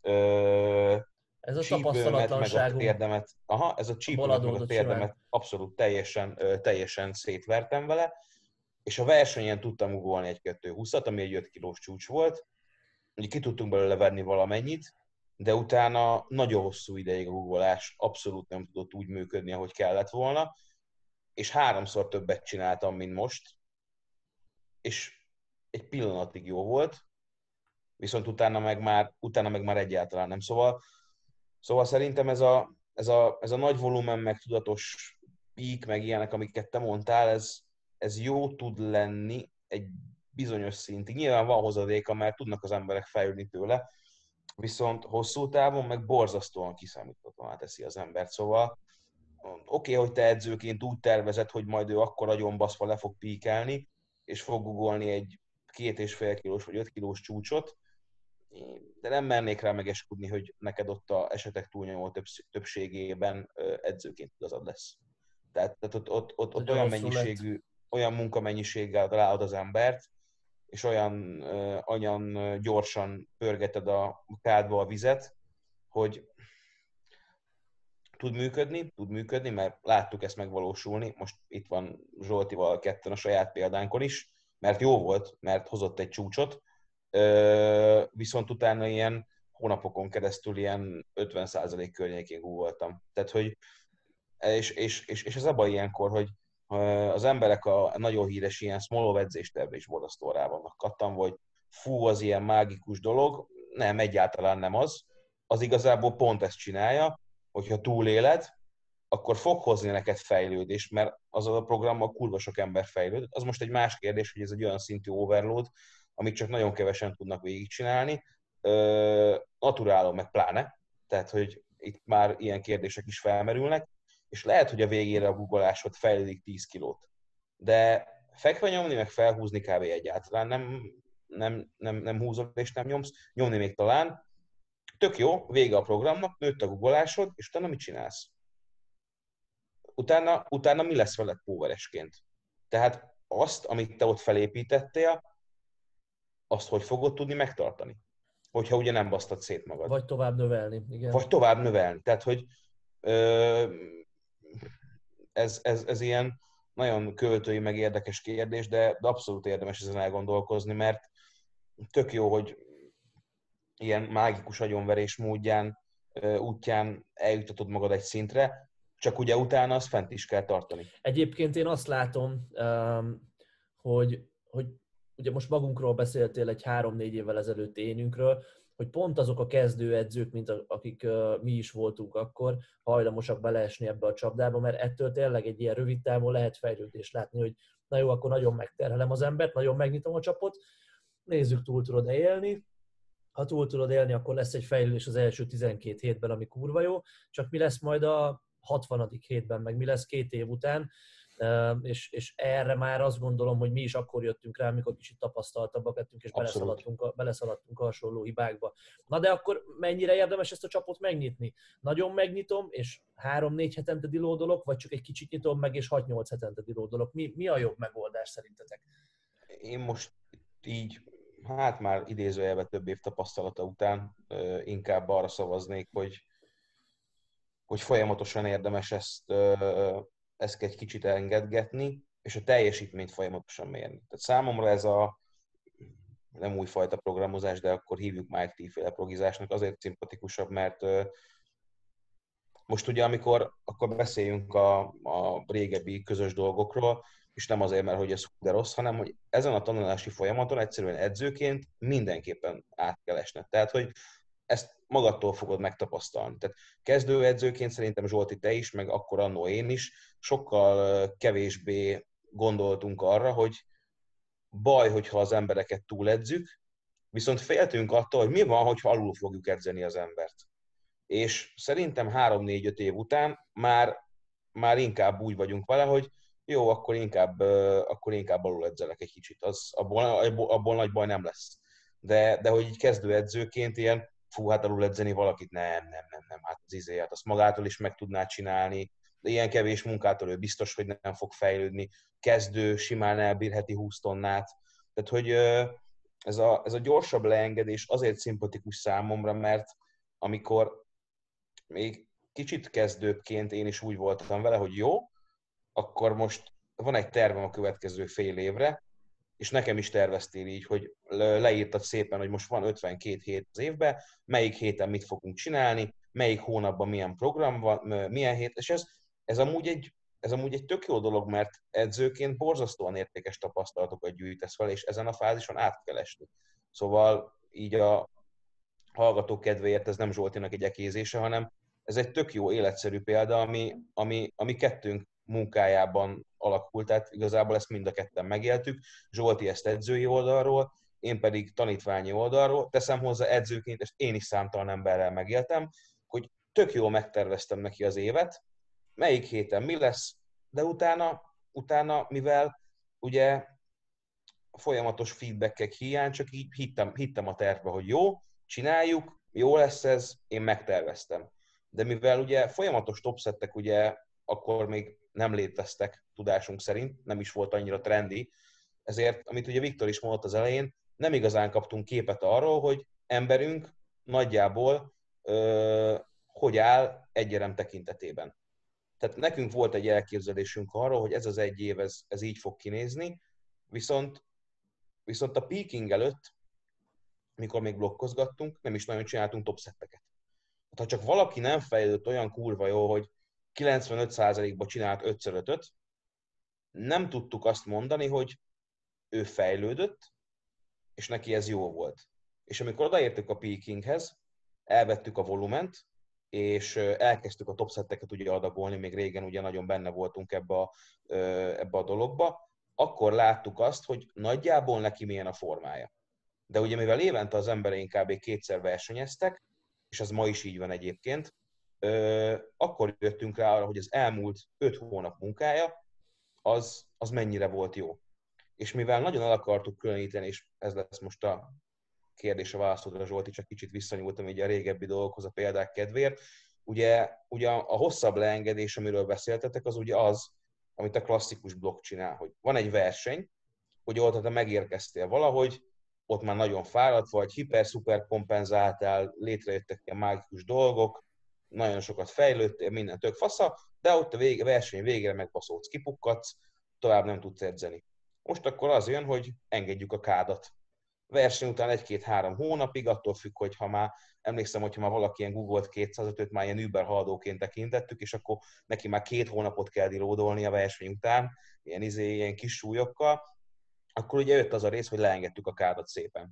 Ez a tapasztalatlanságunk. Ez a csípőmet meg a térdemet abszolút teljesen szétvertem vele, és a versenyen tudtam ugolni egy 2.20-at, ami egy 5 kilós csúcs volt. Ugye ki tudtunk belőle venni valamennyit, de utána nagyon hosszú ideig a ugolás abszolút nem tudott úgy működni, ahogy kellett volna, és 3-szor többet csináltam, mint most, és egy pillanatig jó volt, viszont utána meg már egyáltalán nem. Szóval szerintem ez a nagy volumen, meg tudatos peak, meg ilyenek, amiket te mondtál, ez jó tud lenni egy bizonyos szintig. Nyilván van hozadéka, mert tudnak az emberek fejlődni tőle, viszont hosszú távon meg borzasztóan kiszámíthatóan teszi az embert. Szóval oké, hogy te edzőként úgy tervezed, hogy majd ő akkor nagyon baszva le fog píkelni, és fog googolni egy 2,5 kilós vagy 5 kilós csúcsot, de nem mernék rá megesküdni, hogy neked ott a esetek túlnyomó többségében edzőként igazad lesz. Tehát ott olyan munkamennyiséggel találod az embert, és olyan gyorsan pörgeted a kádba a vizet, hogy tud működni, mert láttuk ezt megvalósulni. Most itt van Zsoltival ketten a saját példánkon is, mert jó volt, mert hozott egy csúcsot, viszont utána ilyen hónapokon keresztül ilyen 50% környékén googoltam. Tehát, hogy és ez abban ilyenkor, hogy az emberek a nagyon híres ilyen Smolov edzésterve is borzasztóan rá vannak kattanva, hogy fú, az ilyen mágikus dolog. Nem, egyáltalán nem az. Az igazából pont ezt csinálja, hogyha túléled, akkor fog hozni neked fejlődést, mert az a programmal kurva sok ember fejlőd. Az most egy más kérdés, hogy ez egy olyan szintű overload, amit csak nagyon kevesen tudnak végigcsinálni. Naturálon meg pláne, tehát hogy itt már ilyen kérdések is felmerülnek, és lehet, hogy a végére a googolásod fejlődik 10 kilót. De fekve nyomni, meg felhúzni kb. Egyáltalán nem húzod és nem nyomsz, nyomni még talán. Tök jó, vége a programnak, nőtt a googolásod, és utána mit csinálsz? Utána mi lesz veled póveresként? Tehát azt, amit te ott felépítettél, azt hogy fogod tudni megtartani? Hogyha ugye nem basztad szét magad. Vagy tovább növelni, igen. Vagy tovább növelni. Tehát, hogy ez ilyen nagyon költői, meg érdekes kérdés, de abszolút érdemes ezen elgondolkozni, mert tök jó, hogy ilyen mágikus agyonverés útján eljutatod magad egy szintre, csak ugye utána azt fent is kell tartani. Egyébként én azt látom, hogy ugye most magunkról beszéltél egy 3-4 évvel ezelőtt énünkről, hogy pont azok a kezdőedzők, mint akik mi is voltunk akkor, hajlamosak beleesni ebbe a csapdába, mert ettől tényleg egy ilyen rövid távon lehet fejlődést látni, hogy na jó, akkor nagyon megterhelem az embert, nagyon megnyitom a csapot, nézzük, túl tudod-e élni, ha túl tudod élni, akkor lesz egy fejlődés az első 12 hétben, ami kurva jó, csak mi lesz majd a 60. hétben, meg mi lesz 2 év után, és erre már azt gondolom, hogy mi is akkor jöttünk rá, amikor kicsit tapasztaltabbak lettünk, és beleszaladtunk a hasonló hibákba. Na de akkor mennyire érdemes ezt a csapot megnyitni? Nagyon megnyitom, és 3-4 hetente dilódolok, vagy csak egy kicsit nyitom meg, és 6-8 hetente dilódolok? Mi a jobb megoldás szerintetek? Én most így, hát már idézőjelben több év tapasztalata után inkább arra szavaznék, hogy folyamatosan érdemes ezt egy kicsit engedgetni, és a teljesítményt folyamatosan mérni. Tehát számomra ez a nem újfajta programozás, de akkor hívjuk Mike T-féle progizásnak, azért szimpatikusabb, mert most ugye, akkor beszéljünk a régebbi közös dolgokról, és nem azért, mert hogy ez de rossz, hanem hogy ezen a tanulási folyamaton egyszerűen edzőként mindenképpen át kell esned. Tehát, hogy ezt magadtól fogod megtapasztalni. Tehát kezdőedzőként szerintem Zsolti, te is, meg akkor annó én is, sokkal kevésbé gondoltunk arra, hogy baj, hogyha az embereket túledzük, viszont féltünk attól, hogy mi van, hogyha alul fogjuk edzeni az embert. És szerintem 3-4-5 év után már inkább úgy vagyunk vele, hogy jó, akkor inkább alul edzelek egy kicsit. Abból nagy baj nem lesz. De hogy így kezdőedzőként ilyen, hát alul edzeni valakit, nem, hát az hát azt magától is meg tudná csinálni, de ilyen kevés munkától ő biztos, hogy nem fog fejlődni. Kezdő, simán elbírheti 20 tonnát. Tehát, hogy ez a gyorsabb leengedés azért szimpatikus számomra, mert amikor még kicsit kezdőbbként én is úgy voltam vele, hogy jó, akkor most van egy tervem a következő fél évre, és nekem is terveztél így, hogy leírtad szépen, hogy most van 52 hét az évben, melyik héten mit fogunk csinálni, melyik hónapban milyen program van, milyen hét, és ez amúgy egy tök jó dolog, mert edzőként borzasztóan értékes tapasztalatokat gyűjtesz fel, és ezen a fázison át kell esni. Szóval így a hallgatók kedvéért ez nem Zsoltinak egy ekézése, hanem ez egy tök jó életszerű példa, ami kettőnk munkájában alakult, tehát igazából ezt mind a ketten megéltük. Zsolti ezt edzői oldalról, én pedig tanítványi oldalról. Teszem hozzá edzőként, ezt én is számtalan emberrel megéltem, hogy tök jól megterveztem neki az évet, melyik héten mi lesz, de utána mivel ugye a folyamatos feedbackek hiány, csak így hittem a tervbe, hogy jó, csináljuk, jó lesz ez, én megterveztem. De mivel ugye folyamatos topsettek ugye akkor még nem léteztek tudásunk szerint, nem is volt annyira trendi, ezért, amit ugye Viktor is mondott az elején, nem igazán kaptunk képet arról, hogy emberünk nagyjából hogy áll egyérem tekintetében. Tehát nekünk volt egy elképzelésünk arról, hogy ez az egy év, ez így fog kinézni, viszont a peaking előtt, mikor még blokkozgattunk, nem is nagyon csináltunk topsetteket. Hát, ha csak valaki nem fejlődött olyan kurva jó, hogy 95%-ban csinált 5x5-öt, nem tudtuk azt mondani, hogy ő fejlődött, és neki ez jó volt. És amikor odaértük a peakinghez, elvettük a volument, és elkezdtük a topsetteket ugye adagolni, még régen ugye nagyon benne voltunk ebbe a dologba, akkor láttuk azt, hogy nagyjából neki milyen a formája. De ugye mivel évente az embereink kb. 2-szer versenyeztek, és ez ma is így van egyébként, akkor jöttünk rá arra, hogy az elmúlt 5 hónap munkája, az mennyire volt jó. És mivel nagyon el akartuk különíteni, és ez lesz most a kérdés a válaszodra, Zsolti, csak kicsit visszanyúltam így a régebbi dolgokhoz a példák kedvéért, ugye a hosszabb leengedés, amiről beszéltetek, az ugye az, amit a klasszikus blokk csinál, hogy van egy verseny, hogy ott te megérkeztél valahogy, ott már nagyon fáradt vagy, hiper-szuper kompenzáltál, létrejöttek ilyen mágikus dolgok, nagyon sokat fejlődtél, minden tök fasza, de ott a verseny végére megbaszódsz, kipukkadsz, tovább nem tudsz edzeni. Most akkor az jön, hogy engedjük a kádat. verseny után 1-2-3 hónapig, attól függ, hogy ha már emlékszem, hogyha már valaki ilyen Google 205-öt már ilyen Uber haladóként tekintettük, és akkor neki már 2 hónapot kell dilódolni a verseny után, ilyen kis súlyokkal, akkor ugye jött az a rész, hogy leengedtük a kádat szépen.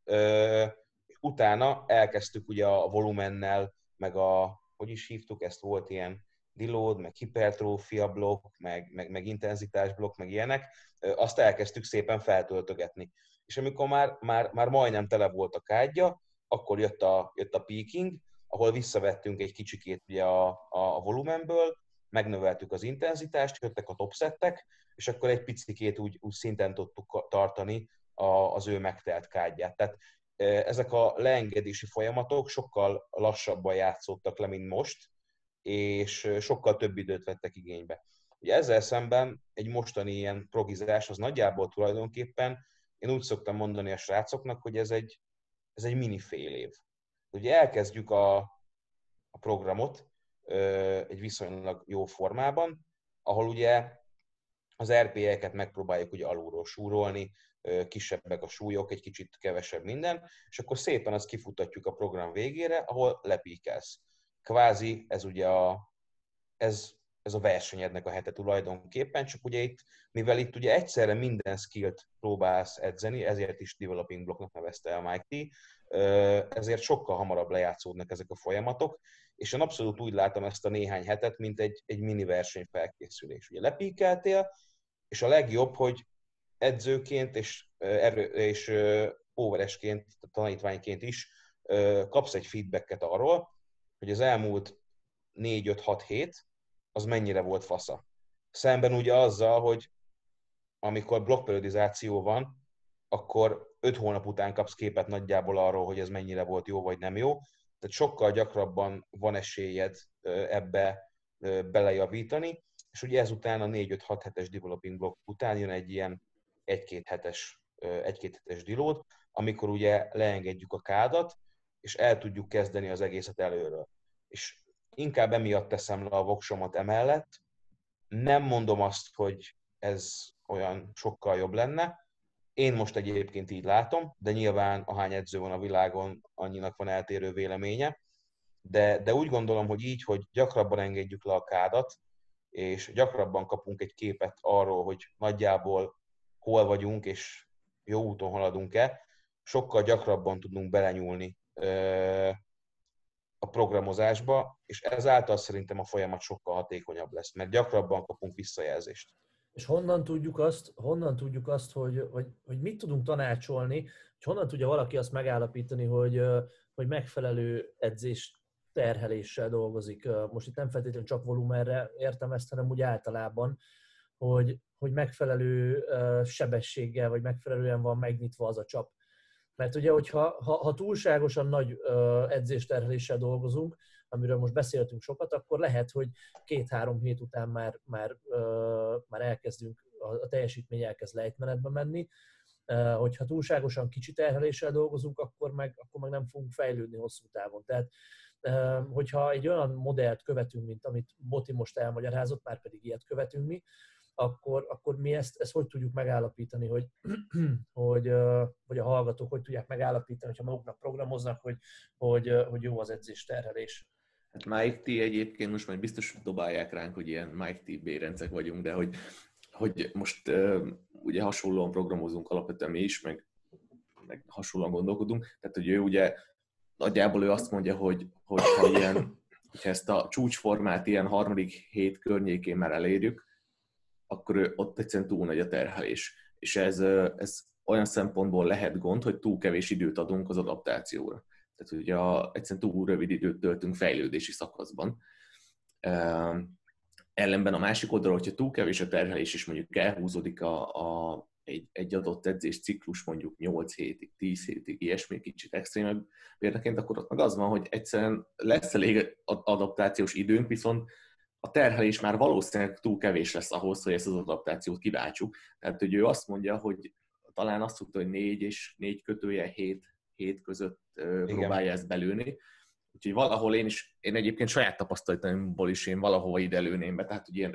Utána elkezdtük ugye a volumennel, meg hogy is hívtuk, ezt volt ilyen deload, meg hipertrófia blokk, meg intenzitás blokk, meg ilyenek, azt elkezdtük szépen feltöltögetni. És amikor már majdnem tele volt a kádja, akkor jött a peaking, ahol visszavettünk egy kicsikét ugye a volumenből, megnöveltük az intenzitást, jöttek a topsettek, és akkor egy picikét úgy szinten tudtuk tartani az ő megtelt kádját. Tehát ezek a leengedési folyamatok sokkal lassabban játszódtak le, mint most, és sokkal több időt vettek igénybe. Ugye ezzel szemben egy mostani ilyen progizás az nagyjából tulajdonképpen, én úgy szoktam mondani a srácoknak, hogy ez egy mini fél év. Ugye elkezdjük a programot egy viszonylag jó formában, ahol ugye az RPE-ket megpróbáljuk ugye alulról súrolni, kisebbek a súlyok, egy kicsit kevesebb minden, és akkor szépen azt kifutatjuk a program végére, ahol lepíkelsz. Kvázi ez ugye ez a versenyednek a hete tulajdonképpen, csak ugye mivel itt ugye egyszerre minden skillt próbálsz edzeni, ezért is developing blocknak nevezte el Mike T, ezért sokkal hamarabb lejátszódnak ezek a folyamatok, és én abszolút úgy látom ezt a néhány hetet, mint egy mini verseny felkészülés. Ugye lepíkeltél, és a legjobb, hogy edzőként és óveresként, tanítványként is kapsz egy feedbacket arról, hogy az elmúlt 4-5-6 hét az mennyire volt fasza. Szemben ugye azzal, hogy amikor blokkperiodizáció van, akkor 5 hónap után kapsz képet nagyjából arról, hogy ez mennyire volt jó vagy nem jó. Tehát sokkal gyakrabban van esélyed ebbe belejavítani, és ugye ezután a 4-5-6 hetes developing block után jön egy ilyen 1-2 hetes deload, amikor ugye leengedjük a kádat, és el tudjuk kezdeni az egészet előről. És inkább emiatt teszem le a voksomat emellett. Nem mondom azt, hogy ez olyan sokkal jobb lenne. Én most egyébként így látom, de nyilván ahány edző van a világon, annyinak van eltérő véleménye. De úgy gondolom, hogy így, hogy gyakrabban engedjük le a kádat, és gyakrabban kapunk egy képet arról, hogy nagyjából hol vagyunk, és jó úton haladunk-e, sokkal gyakrabban tudunk belenyúlni a programozásba, és ezáltal szerintem a folyamat sokkal hatékonyabb lesz, mert gyakrabban kapunk visszajelzést. És honnan tudjuk azt, hogy mit tudunk tanácsolni, hogy honnan tudja valaki azt megállapítani, hogy megfelelő edzés terheléssel dolgozik. Most itt nem feltétlenül csak volumenre értem ezt, hanem úgy általában, hogy megfelelő sebességgel, vagy megfelelően van megnyitva az a csap. Mert ugye, hogyha túlságosan nagy edzésterheléssel dolgozunk, amiről most beszéltünk sokat, akkor lehet, hogy 2-3 hét után már elkezdünk, a teljesítmény elkezd lejtmenetbe menni. Hogyha túlságosan kicsi terheléssel dolgozunk, akkor meg nem fogunk fejlődni hosszú távon. Tehát, hogyha egy olyan modellt követünk, mint amit Boti most elmagyarázott, már pedig ilyet követünk mi, akkor mi ezt hogy tudjuk megállapítani, hogy a hallgatók hogy tudják megállapítani, hogyha maguknak programoznak, hogy jó az edzés terhelés. Hát Mike T egyébként most majd biztos dobálják ránk, hogy ilyen Mike T bérencek vagyunk, de hogy most ugye hasonlóan programozunk alapvetően mi is, meg hasonlóan gondolkodunk, tehát hogy ő ugye nagyjából ő azt mondja, hogy hogyha ezt a csúcsformát ilyen harmadik hét környékén már elérjük, akkor ott egyszerűen túl nagy a terhelés. És ez olyan szempontból lehet gond, hogy túl kevés időt adunk az adaptációra. Tehát ugye egyszerűen túl rövid időt töltünk fejlődési szakaszban. Ellenben a másik oldalon, hogyha túl kevés a terhelés, és mondjuk elhúzódik egy adott edzésciklus mondjuk 8 hétig, 10 hétig, ilyesmi kicsit extrémebb példaként, akkor ott meg az van, hogy egyszerűen lesz elég adaptációs időnk, viszont a terhelés már valószínűleg túl kevés lesz ahhoz, hogy ezt az adaptációt kiváltsuk. Tehát, hogy ő azt mondja, hogy talán azt mondta, hogy 4 és 4/7 között próbálja ezt belőni. Úgyhogy valahol én egyébként saját tapasztalatomból is én valahova ide lőném be, tehát hogy ilyen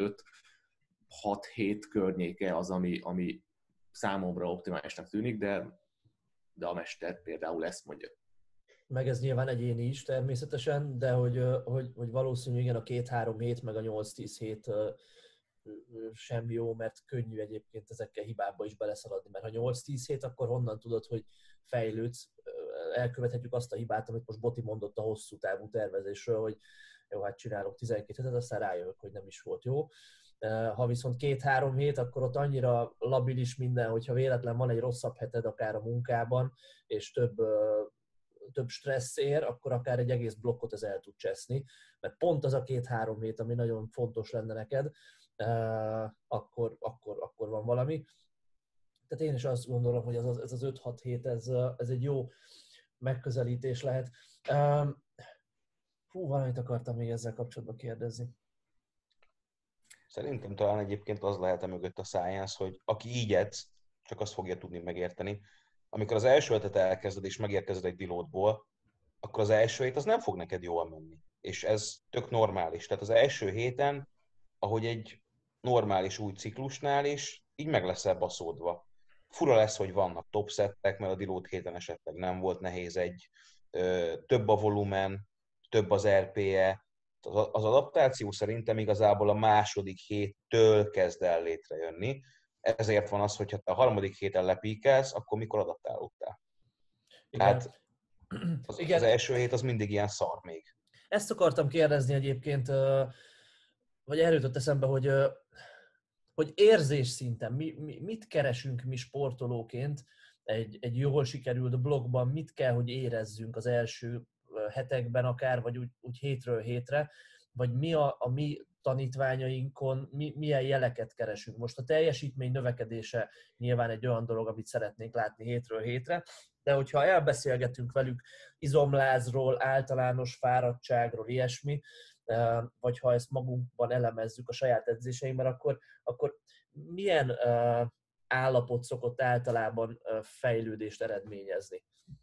5-6 hét környéke az, ami számomra optimálisnak tűnik, de de a mester például ezt mondja. Meg ez nyilván egyéni is természetesen, de hogy valószínű igen a 2-3 hét, meg a 8-10 hét sem jó, mert könnyű egyébként ezekkel hibába is beleszaladni, mert ha 8-10 hét, akkor honnan tudod, hogy fejlődsz, elkövethetjük azt a hibát, amit most Boti mondott a hosszú távú tervezésről, hogy jó, hát csinálok 12 hetet, aztán rájövök, hogy nem is volt jó. Ha viszont 2-3 hét, akkor ott annyira labilis minden, hogyha véletlen van egy rosszabb heted akár a munkában, és több stressz ér, akkor akár egy egész blokkot ez el tud cseszni, mert pont az a 2-3 hét, ami nagyon fontos lenne neked, akkor van valami. Tehát én is azt gondolom, hogy ez az 5-6 hét, ez egy jó megközelítés lehet. Valamit akartam még ezzel kapcsolatban kérdezni. Szerintem talán egyébként az lehet mögött a science, hogy aki így edz, csak azt fogja tudni megérteni. Amikor az első hetet elkezded és megérkezed egy dilótból, akkor az első hét az nem fog neked jól menni. És ez tök normális. Tehát az első héten, ahogy egy normális új ciklusnál is, így meg leszel baszódva. Fura lesz, hogy vannak top szettek, mert a dilót héten esetleg nem volt nehéz több a volumen, több az RPE. Az adaptáció szerintem igazából a második héttől kezd el létrejönni. Ezért van az, hogy ha te a harmadik héten lepíkelsz, akkor mikor adaptálódtál? Tehát az első hét az mindig ilyen szar még. Ezt akartam kérdezni egyébként, vagy erről jutott eszembe, hogy érzés szinten mit keresünk mi sportolóként egy jól sikerült blogban, mit kell, hogy érezzünk az első hetekben akár, vagy úgy hétről hétre, vagy mi a mi tanítványainkon, milyen jeleket keresünk. Most a teljesítmény növekedése nyilván egy olyan dolog, amit szeretnénk látni hétről hétre, de hogyha elbeszélgetünk velük izomlázról, általános fáradtságról, ilyesmi, vagy ha ezt magunkban elemezzük a saját edzéseinkben, akkor milyen állapot szokott általában fejlődést eredményezni?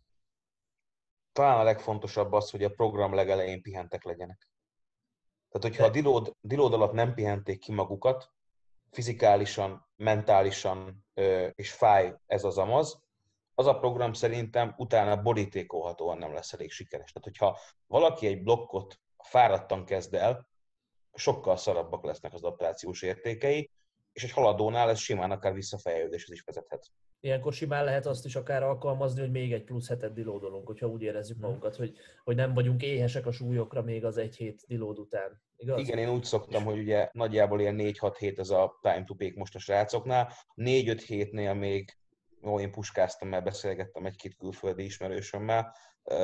Talán a legfontosabb az, hogy a program legelején pihentek legyenek. Tehát, hogyha a dilód alatt nem pihenték ki magukat, fizikálisan, mentálisan és fáj ez az amaz, az a program szerintem utána borítékolhatóan nem lesz elég sikeres. Tehát, hogyha valaki egy blokkot fáradtan kezd el, sokkal szarabbak lesznek az adaptációs értékei, és egy haladónál ez simán akár visszafejlődéshez is vezethet. Ilyenkor simán lehet azt is akár alkalmazni, hogy még egy plusz hetet dilódolunk, hogyha úgy érezzük magunkat, hogy nem vagyunk éhesek a súlyokra még az egy hét dilód után. Igaz? Igen, én úgy szoktam, hogy ugye nagyjából ilyen 4-6 hét ez a time to peak most a srácoknál. 4-5 hétnél még, én puskáztam, mert beszélgettem egy-két külföldi ismerősömmel,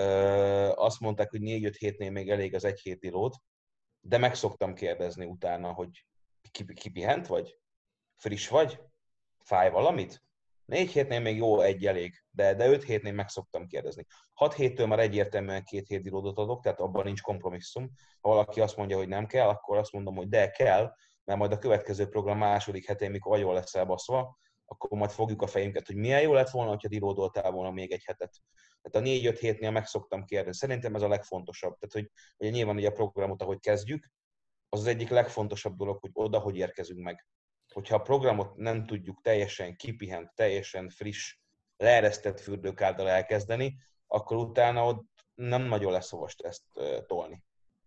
azt mondták, hogy 4-5 hétnél még elég az egy hét dilód, de meg szoktam kérdezni utána, hogy kipihent vagy? Friss vagy? Fáj valamit? 4 hétnél még jó, egy elég, de 5 hétnél meg szoktam kérdezni. 6 héttől már egyértelműen 2 hét dilódot adok, tehát abban nincs kompromisszum. Ha valaki azt mondja, hogy nem kell, akkor azt mondom, hogy de kell, mert majd a következő program második hetén, mikor agyon lesz elbaszva, akkor majd fogjuk a fejünket, hogy milyen jó lett volna, ha dilódoltál volna még egy hetet. Tehát a 4-5 hétnél meg szoktam kérdezni. Szerintem ez a legfontosabb. Tehát, hogy nyilván ugye a programot, ahogy kezdjük, az egyik legfontosabb dolog, hogy oda, hogy érkezünk meg. Hogyha a programot nem tudjuk teljesen kipihent, teljesen friss, leeresztett fürdők által elkezdeni, akkor utána ott nem nagyon lesz hova ezt tolni.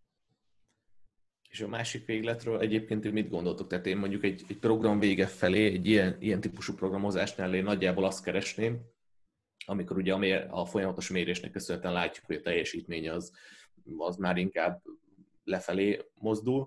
És a másik végletről egyébként mit gondoltok? Tehát én mondjuk egy program vége felé, egy ilyen típusú programozásnál én nagyjából azt keresném, amikor ugye a folyamatos mérésnek köszönhetően látjuk, hogy a teljesítmény az már inkább lefelé mozdul.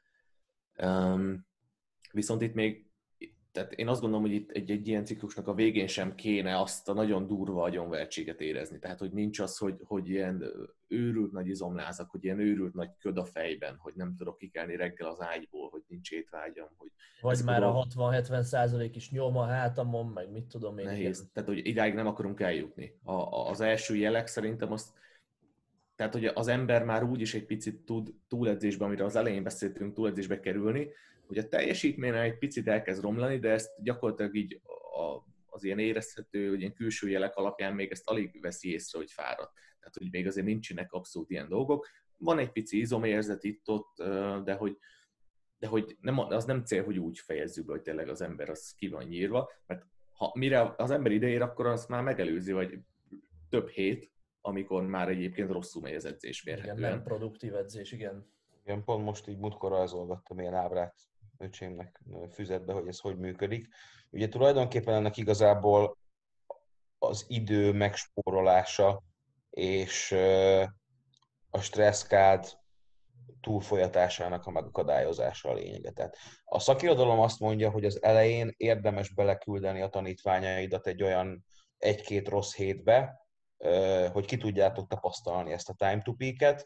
Viszont itt még, tehát én azt gondolom, hogy itt egy ilyen ciklusnak a végén sem kéne azt a nagyon durva agyonvertséget érezni. Tehát, hogy nincs az, hogy ilyen őrült nagy izomlázak, hogy ilyen őrült nagy köd a fejben, hogy nem tudok kikelni reggel az ágyból, hogy nincs étvágyam. Vagy már a 60-70% is nyom a hátamon, meg mit tudom én. Nehéz. Igen. Tehát, hogy idáig nem akarunk eljutni. Az első jelek szerintem tehát, hogy az ember már úgyis egy picit tud túledzésbe, amire az elején beszéltünk, túledzésbe kerülni, hogy a teljesítménye egy picit elkezd romlani, de ezt gyakorlatilag így az ilyen érezhető, hogy ilyen külső jelek alapján még ezt alig veszi észre, hogy fáradt. Tehát, hogy még azért nincsenek abszolút ilyen dolgok. Van egy pici izomérzet itt-ott, de hogy az nem cél, hogy úgy fejezzük be, hogy tényleg az ember az ki van nyírva, mert mire az ember ideér, akkor azt már megelőzi, vagy több hét, amikor már egyébként rosszul megy az edzés mérhetően. Igen, nem produktív edzés, igen. Igen, pont most így múltkor rajzolgattam ilyen ábrát öcsémnek füzetbe, hogy ez hogy működik. Ugye tulajdonképpen ennek igazából az idő megspórolása és a stresszkád túlfolyatásának a megakadályozása a lényege. Tehát a szakirodalom azt mondja, hogy az elején érdemes beleküldeni a tanítványaidat egy olyan 1-2 rossz hétbe, hogy ki tudjátok tapasztalni ezt a time to peak-et.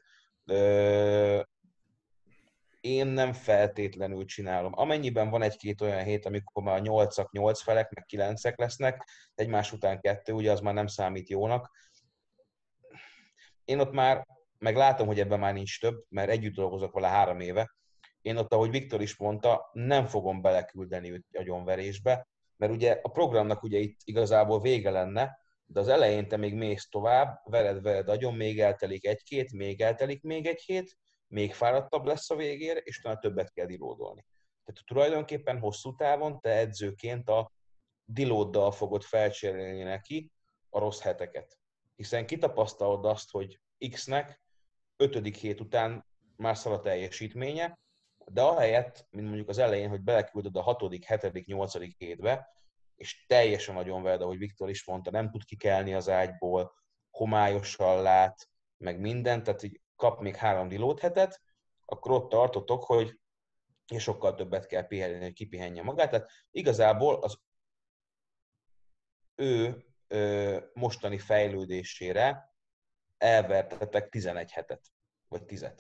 Én nem feltétlenül csinálom. Amennyiben van 1-2 olyan hét, amikor már 8-ak 8 felek, meg 9-ek lesznek, egymás után 2, ugye az már nem számít jónak. Én ott már, meg látom, hogy ebben már nincs több, mert együtt dolgozok vele 3 éve. Én ott, ahogy Viktor is mondta, nem fogom beleküldeni őt agyonverésbe, mert ugye a programnak ugye itt igazából vége lenne, de az elején te még mész tovább, vered agyon, még eltelik 1-2, még eltelik még 1 hét, még fáradtabb lesz a végére, és talán többet kell dilódolni. Tehát tulajdonképpen hosszú távon te edzőként a dilóddal fogod felcserélni neki a rossz heteket. Hiszen kitapasztalod azt, hogy X-nek 5. hét után már szal a teljesítménye, de ahelyett, mint mondjuk az elején, hogy beleküldöd a 6., 7., 8. hétbe, és teljesen nagyon veled, ahogy Viktor is mondta, nem tud kikelni az ágyból, homályosan lát, meg mindent, tehát így kap még 3 dilót hetet, akkor ott tartotok, hogy és sokkal többet kell pihenni, hogy kipihenje magát. Tehát igazából az ő mostani fejlődésére elvertetek 11 hetet, vagy 10-et.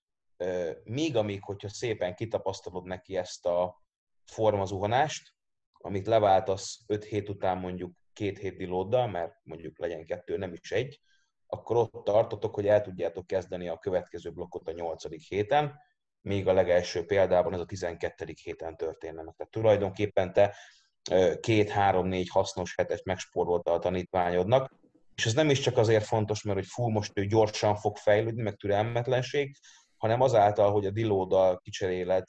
Míg amíg, hogyha szépen kitapasztalod neki ezt a formazuhanást, amit leváltasz 5 hét után mondjuk 2 hét dilóddal, mert mondjuk legyen 2, nem is 1, akkor ott tartotok, hogy el tudjátok kezdeni a következő blokkot a 8. héten, még a legelső példában ez a 12. héten történne meg. Tehát tulajdonképpen te 2-3-4 hasznos hetet megspórolta a tanítványodnak, és ez nem is csak azért fontos, mert hogy most ő gyorsan fog fejlődni, meg türelmetlenség, hanem azáltal, hogy a dilóddal kicseréled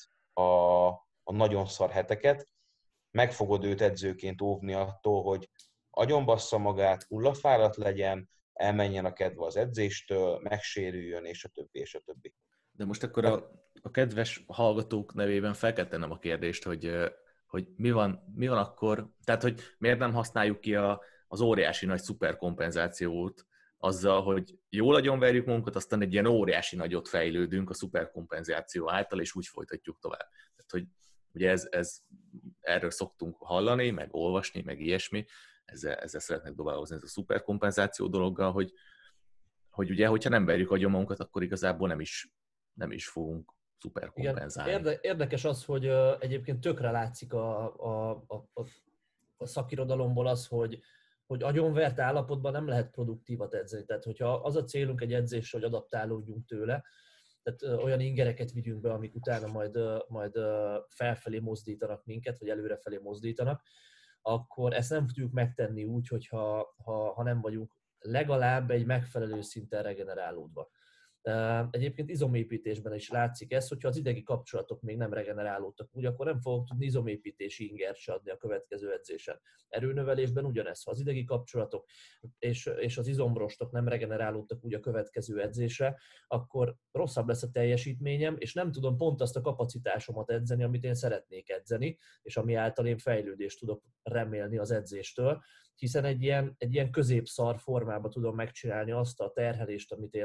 a nagyon szar heteket, meg fogod őt edzőként óvni attól, hogy agyonbassza magát, hullafáradt legyen, elmenjen a kedve az edzéstől, megsérüljön, és a többi, és a többi. De most akkor a kedves hallgatók nevében fel kell tennem a kérdést, hogy mi van akkor, tehát hogy miért nem használjuk ki az óriási nagy szuperkompenzációt azzal, hogy jól agyonverjük magunkat, aztán egy ilyen óriási nagyot fejlődünk a szuperkompenzáció által, és úgy folytatjuk tovább. Tehát, hogy ugye erről szoktunk hallani, meg olvasni, meg ilyesmi, ezzel szeretnek dobálózni ez a szuperkompenzáció dologgal, hogy ugye, hogyha nem verjük agyon magunkat, akkor igazából nem is fogunk szuperkompenzálni. Igen, érdekes az, hogy egyébként tökre látszik a szakirodalomból az, hogy agyonvert állapotban nem lehet produktívat edzeni. Tehát, hogyha az a célunk egy edzésre, hogy adaptálódjunk tőle, tehát olyan ingereket vigyünk be, amik utána majd felfelé mozdítanak minket, vagy előrefelé mozdítanak, akkor ezt nem tudjuk megtenni úgy, hogyha nem vagyunk legalább egy megfelelő szinten regenerálódva. Egyébként izomépítésben is látszik ez, hogyha az idegi kapcsolatok még nem regenerálódtak úgy, akkor nem fogok tudni izomépítési ingert se adni a következő edzésen. Erőnövelésben ugyanez, ha az idegi kapcsolatok és az izomrostok nem regenerálódtak úgy a következő edzésre, akkor rosszabb lesz a teljesítményem, és nem tudom pont azt a kapacitásomat edzeni, amit én szeretnék edzeni, és ami által én fejlődést tudok remélni az edzéstől, hiszen egy ilyen középszar formában tudom megcsinálni azt a terhelést, amit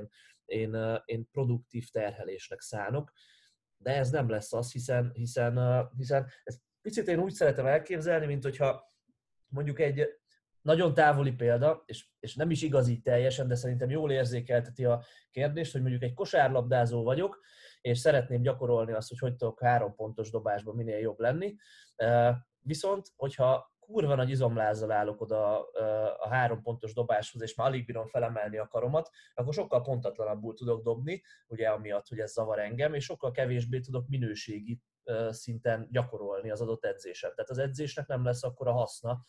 én produktív terhelésnek szánok, de ez nem lesz az, hiszen ezt picit én úgy szeretem elképzelni, mint hogyha mondjuk egy nagyon távoli példa, és nem is igaz így teljesen, de szerintem jól érzékelteti a kérdést, hogy mondjuk egy kosárlabdázó vagyok, és szeretném gyakorolni azt, hogy tudok 3 pontos dobásban minél jobb lenni, viszont hogyha kurva nagy izomlázzal állok oda a 3 pontos dobáshoz, és már alig bírom felemelni a karomat, akkor sokkal pontatlanabbul tudok dobni, ugye amiatt, hogy ez zavar engem, és sokkal kevésbé tudok minőségi szinten gyakorolni az adott edzésen. Tehát az edzésnek nem lesz akkora haszna,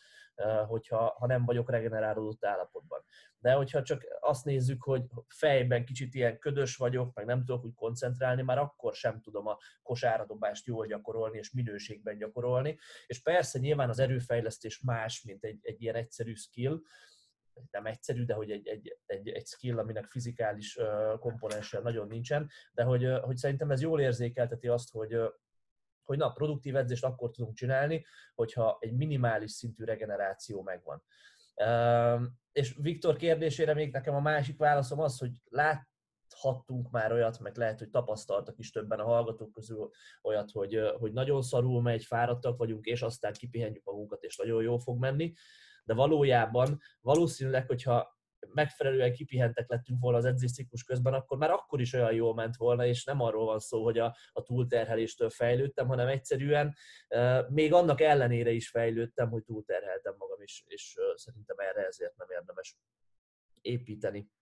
ha nem vagyok regenerálódott állapotban. De hogyha csak azt nézzük, hogy fejben kicsit ilyen ködös vagyok, meg nem tudok úgy koncentrálni, már akkor sem tudom a kosáradobást jól gyakorolni és minőségben gyakorolni. És persze nyilván az erőfejlesztés más, mint egy ilyen egyszerű skill, nem egyszerű, de hogy egy skill, aminek fizikális komponense nagyon nincsen, de hogy szerintem ez jól érzékelteti azt, hogy na, produktív edzést akkor tudunk csinálni, hogyha egy minimális szintű regeneráció megvan. És Viktor kérdésére még nekem a másik válaszom az, hogy láthattunk már olyat, meg lehet, hogy tapasztaltak is többen a hallgatók közül olyat, hogy nagyon szarul megy, fáradtak vagyunk, és aztán kipihenjük magunkat, és nagyon jól fog menni. De valójában valószínűleg, hogyha megfelelően kipihentek lettünk volna az edzésciklus közben, akkor már akkor is olyan jól ment volna, és nem arról van szó, hogy a túlterheléstől fejlődtem, hanem egyszerűen még annak ellenére is fejlődtem, hogy túlterheltem magam is, és szerintem erre ezért nem érdemes építeni.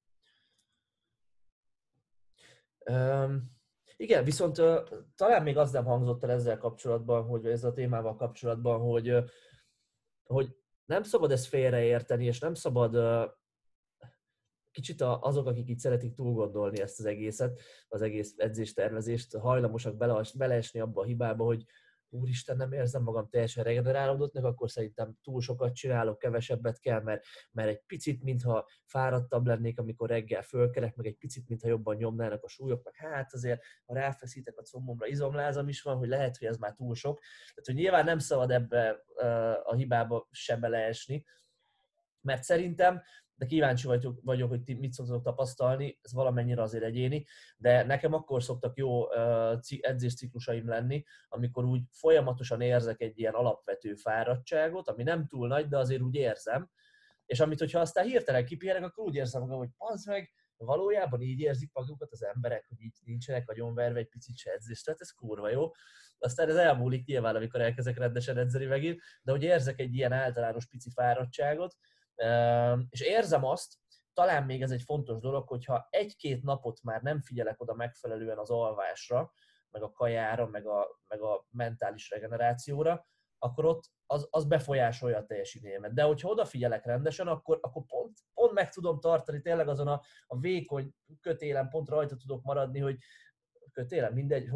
Igen, viszont talán még az nem hangzott el ezzel kapcsolatban, hogy ezzel a témával kapcsolatban, hogy nem szabad ezt félreérteni, és nem szabad kicsit azok, akik itt szeretik túlgondolni ezt az egész edzéstervezést, hajlamosak beleesni abba a hibába, hogy úristen, nem érzem magam teljesen regenerálódottnak, akkor szerintem túl sokat csinálok, kevesebbet kell, mert egy picit, mintha fáradtabb lennék, amikor reggel fölkelek, meg egy picit, mintha jobban nyomnának a súlyok, meg hát azért, ha ráfeszítek a combomra, izomlázam is van, hogy lehet, hogy ez már túl sok. Tehát, hogy nyilván nem szabad ebbe a hibába se beleesni, mert szerintem, de kíváncsi vagyok, hogy ti mit szoktatok tapasztalni, ez valamennyire azért egyéni, de nekem akkor szoktak jó edzésciklusaim lenni, amikor úgy folyamatosan érzek egy ilyen alapvető fáradtságot, ami nem túl nagy, de azért úgy érzem, és amit, hogyha aztán hirtelen kipihenek, akkor úgy érzem magam, hogy az meg, valójában így érzik magukat az emberek, hogy így nincsenek agyonverve egy picit se edzést, tehát ez kurva jó. Aztán ez elmúlik nyilván, amikor elkezdek rendesen edzeni megint, de hogy érzek egy ilyen általános pici fáradtságot, és érzem azt, talán még ez egy fontos dolog, hogyha egy-két napot már nem figyelek oda megfelelően az alvásra, meg a kajára, meg a mentális regenerációra, akkor ott az befolyásolja a teljesítményemet. De hogyha odafigyelek rendesen, akkor pont meg tudom tartani, tényleg azon a vékony kötélen pont rajta tudok maradni, hogy kötélen, mindegy,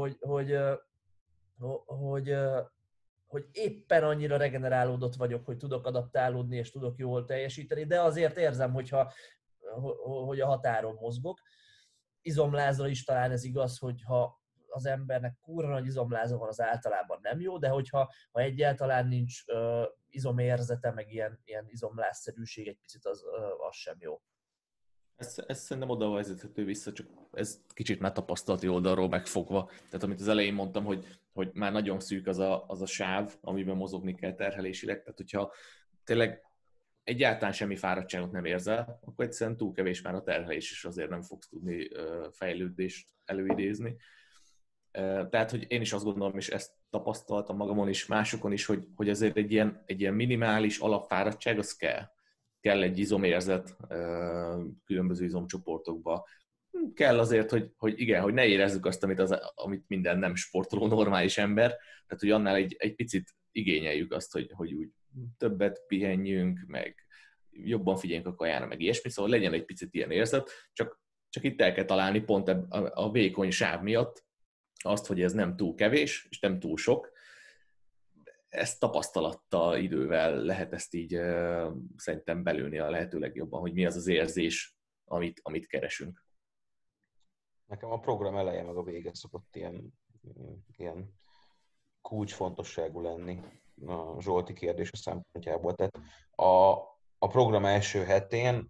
hogy éppen annyira regenerálódott vagyok, hogy tudok adaptálódni és tudok jól teljesíteni, de azért érzem, hogy a határon mozgok. Izomlázra is talán ez igaz, hogyha az embernek kurva nagy izomláza van, az általában nem jó, de hogyha egyáltalán nincs izomérzete, meg ilyen izomlázszerűség egy picit, az sem jó. Ez szerintem oda vezethető vissza, csak ez kicsit már tapasztalati oldalról megfogva. Tehát amit az elején mondtam, hogy már nagyon szűk az a sáv, amiben mozogni kell terhelésileg. Tehát hogyha tényleg egyáltalán semmi fáradtságot nem érzel, akkor egyszerűen túl kevés már a terhelés, és azért nem fogsz tudni fejlődést előidézni. Tehát, hogy én is azt gondolom, és ezt tapasztaltam magamon is, másokon is, hogy azért egy ilyen minimális alapfáradtság, az kell egy izomérzet különböző izomcsoportokba. Kell azért, hogy igen, hogy ne érezzük azt, amit minden nem sportoló normális ember, tehát hogy annál egy picit igényeljük azt, hogy úgy többet pihenjünk, meg jobban figyeljünk a kajára, meg ilyesmi, szóval legyen egy picit ilyen érzet, csak itt el kell találni pont a vékony sáv miatt azt, hogy ez nem túl kevés, és nem túl sok. Ezt tapasztalattal, idővel lehet ezt így szerintem belőni a lehető legjobban, hogy mi az az érzés, amit keresünk. Nekem a program eleje meg a vége szokott ilyen kulcsfontosságú lenni a Zsolti kérdése szempontjából. Tehát a program első hetén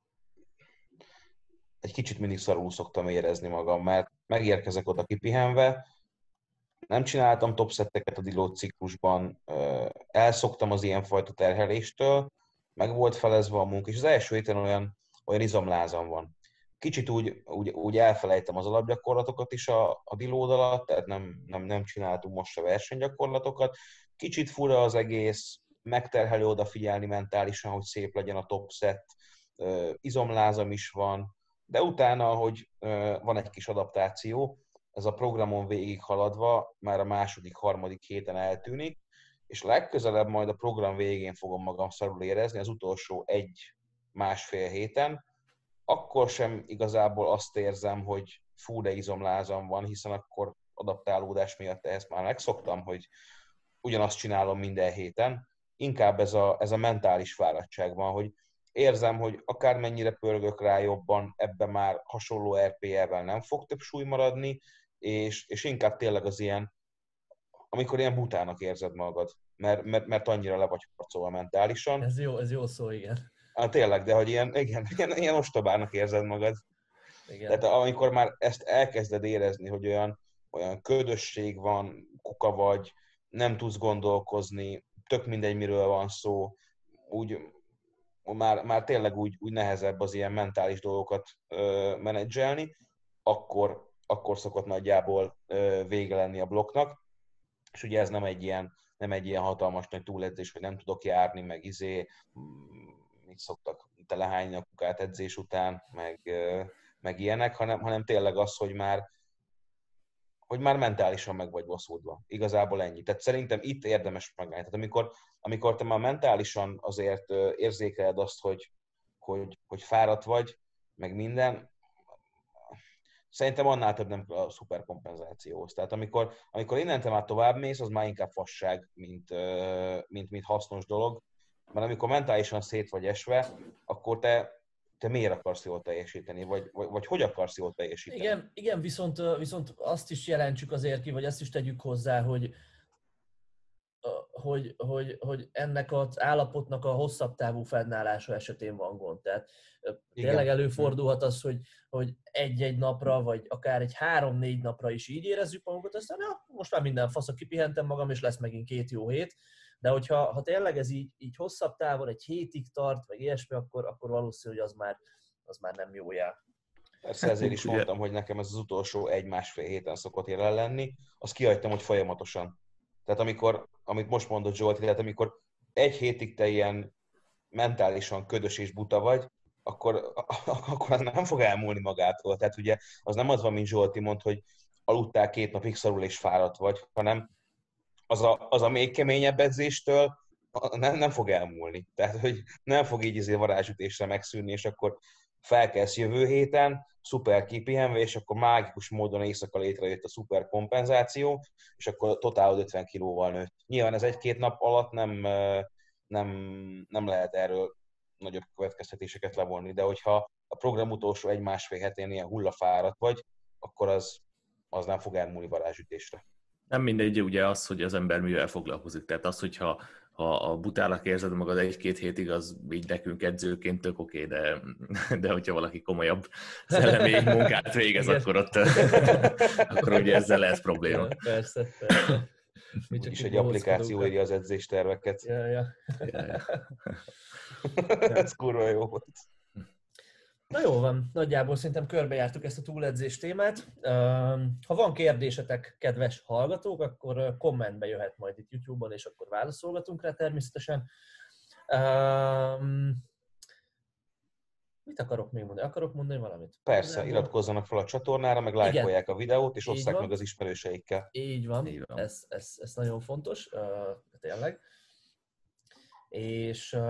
egy kicsit mindig szarul szoktam érezni magam, mert megérkezek oda kipihenve, nem csináltam topszetteket a deload ciklusban, elszoktam az ilyenfajta terheléstől, meg volt felezve a munka, és az első héten olyan izomlázam van. Kicsit úgy elfelejtem az alapgyakorlatokat is a deload alatt, tehát nem csináltunk most se versenygyakorlatokat. Kicsit fura az egész, megterhelő odafigyelni mentálisan, hogy szép legyen a topszett, izomlázam is van, de utána, hogy van egy kis adaptáció, ez a programon végig haladva már a második, harmadik héten eltűnik, és legközelebb majd a program végén fogom magam szarul érezni, az utolsó 1-1,5 héten, akkor sem igazából azt érzem, hogy fú, de izomlázam van, hiszen akkor adaptálódás miatt ehhez már megszoktam, hogy ugyanazt csinálom minden héten. Inkább ez a mentális fáradtság van, hogy érzem, hogy akármennyire pörgök rá jobban, ebben már hasonló RPE-vel nem fog több súly maradni, és inkább tényleg az ilyen, amikor ilyen butának érzed magad, mert annyira le vagy harcolva mentálisan. Ez jó szó, igen. Tényleg, de hogy ilyen ostobának érzed magad. Igen. Tehát amikor már ezt elkezded érezni, hogy olyan ködösség van, kuka vagy, nem tudsz gondolkozni, tök mindegy, miről van szó, úgy már tényleg úgy nehezebb az ilyen mentális dolgokat menedzselni, akkor szokott nagyjából vége lenni a blokknak. És ugye ez nem egy ilyen hatalmas nagy túledzés, hogy nem tudok járni, meg mit szoktak telehányni a kukát edzés után, meg ilyenek, hanem tényleg az, hogy már mentálisan meg vagy bosszúdva. Igazából ennyi. Tehát szerintem itt érdemes megállni. Tehát amikor te már mentálisan azért érzékeled azt, hogy fáradt vagy, meg minden, szerintem annál több nem a szuperkompenzációhoz. Tehát amikor innentől már tovább mész, az már inkább fasság, mint hasznos dolog. Mert amikor mentálisan szét vagy esve, akkor te miért akarsz jól teljesíteni, vagy hogy akarsz jól teljesíteni? Igen, viszont azt is jelentsük azért ki, vagy azt is tegyük hozzá, hogy ennek az állapotnak a hosszabb távú fennállása esetén van gond. Tehát tényleg előfordulhat az, hogy egy-egy napra, vagy akár egy 3-4 napra is így érezzük magunkat, aztán most már minden fasz, kipihentem magam, és lesz megint 2 jó hét. De hogyha tényleg ez így hosszabb távon, egy hétig tart, vagy ilyesmi, akkor valószínű, hogy az már nem jó jel. Persze ezért is mondtam, hogy nekem ez az utolsó 1-1,5 héten szokott jelen lenni. Azt kihagytam, hogy folyamatosan. Tehát amit most mondott Zsolti, tehát amikor 1 hétig te ilyen mentálisan ködös és buta vagy, akkor az nem fog elmúlni magától. Tehát ugye az nem az van, mint Zsolti mond, hogy aludtál 2 napig szarul és fáradt vagy, hanem az a még keményebb edzéstől nem fog elmúlni. Tehát, hogy nem fog így varázsütésre megszűnni, és akkor felkelsz jövő héten, szuper kipihenve, és akkor mágikus módon éjszaka létrejött a szuper kompenzáció, és akkor totál 50 kilóval nőtt. Nyilván ez 1-2 nap alatt nem lehet erről nagyobb következtetéseket levonni, de hogyha a program utolsó 1-1,5 hetén ilyen hullafáradt vagy, akkor az nem fog elmúlni varázsütésre. Nem mindegy ugye az, hogy az ember mivel foglalkozik. Tehát az, hogyha a butának érzed magad 1-2 hétig, az így nekünk edzőként tök oké, de hogyha valaki komolyabb szellemi munkát végez, akkor ugye ezzel lesz probléma. Persze. Úgyis egy applikáció írja az edzésterveket. Ja. Ez kurva jó volt. Na jó van, nagyjából szerintem körbejártuk ezt a túledzés témát. Ha van kérdésetek, kedves hallgatók, akkor kommentbe jöhet majd itt YouTube-on, és akkor válaszolgatunk rá természetesen. Mit akarok még mondani? Akarok mondani valamit? Persze, iratkozzanak fel a csatornára, meg lájkolják a videót, és osszák meg az ismerőseikkel. Így van. Ez nagyon fontos, tényleg. És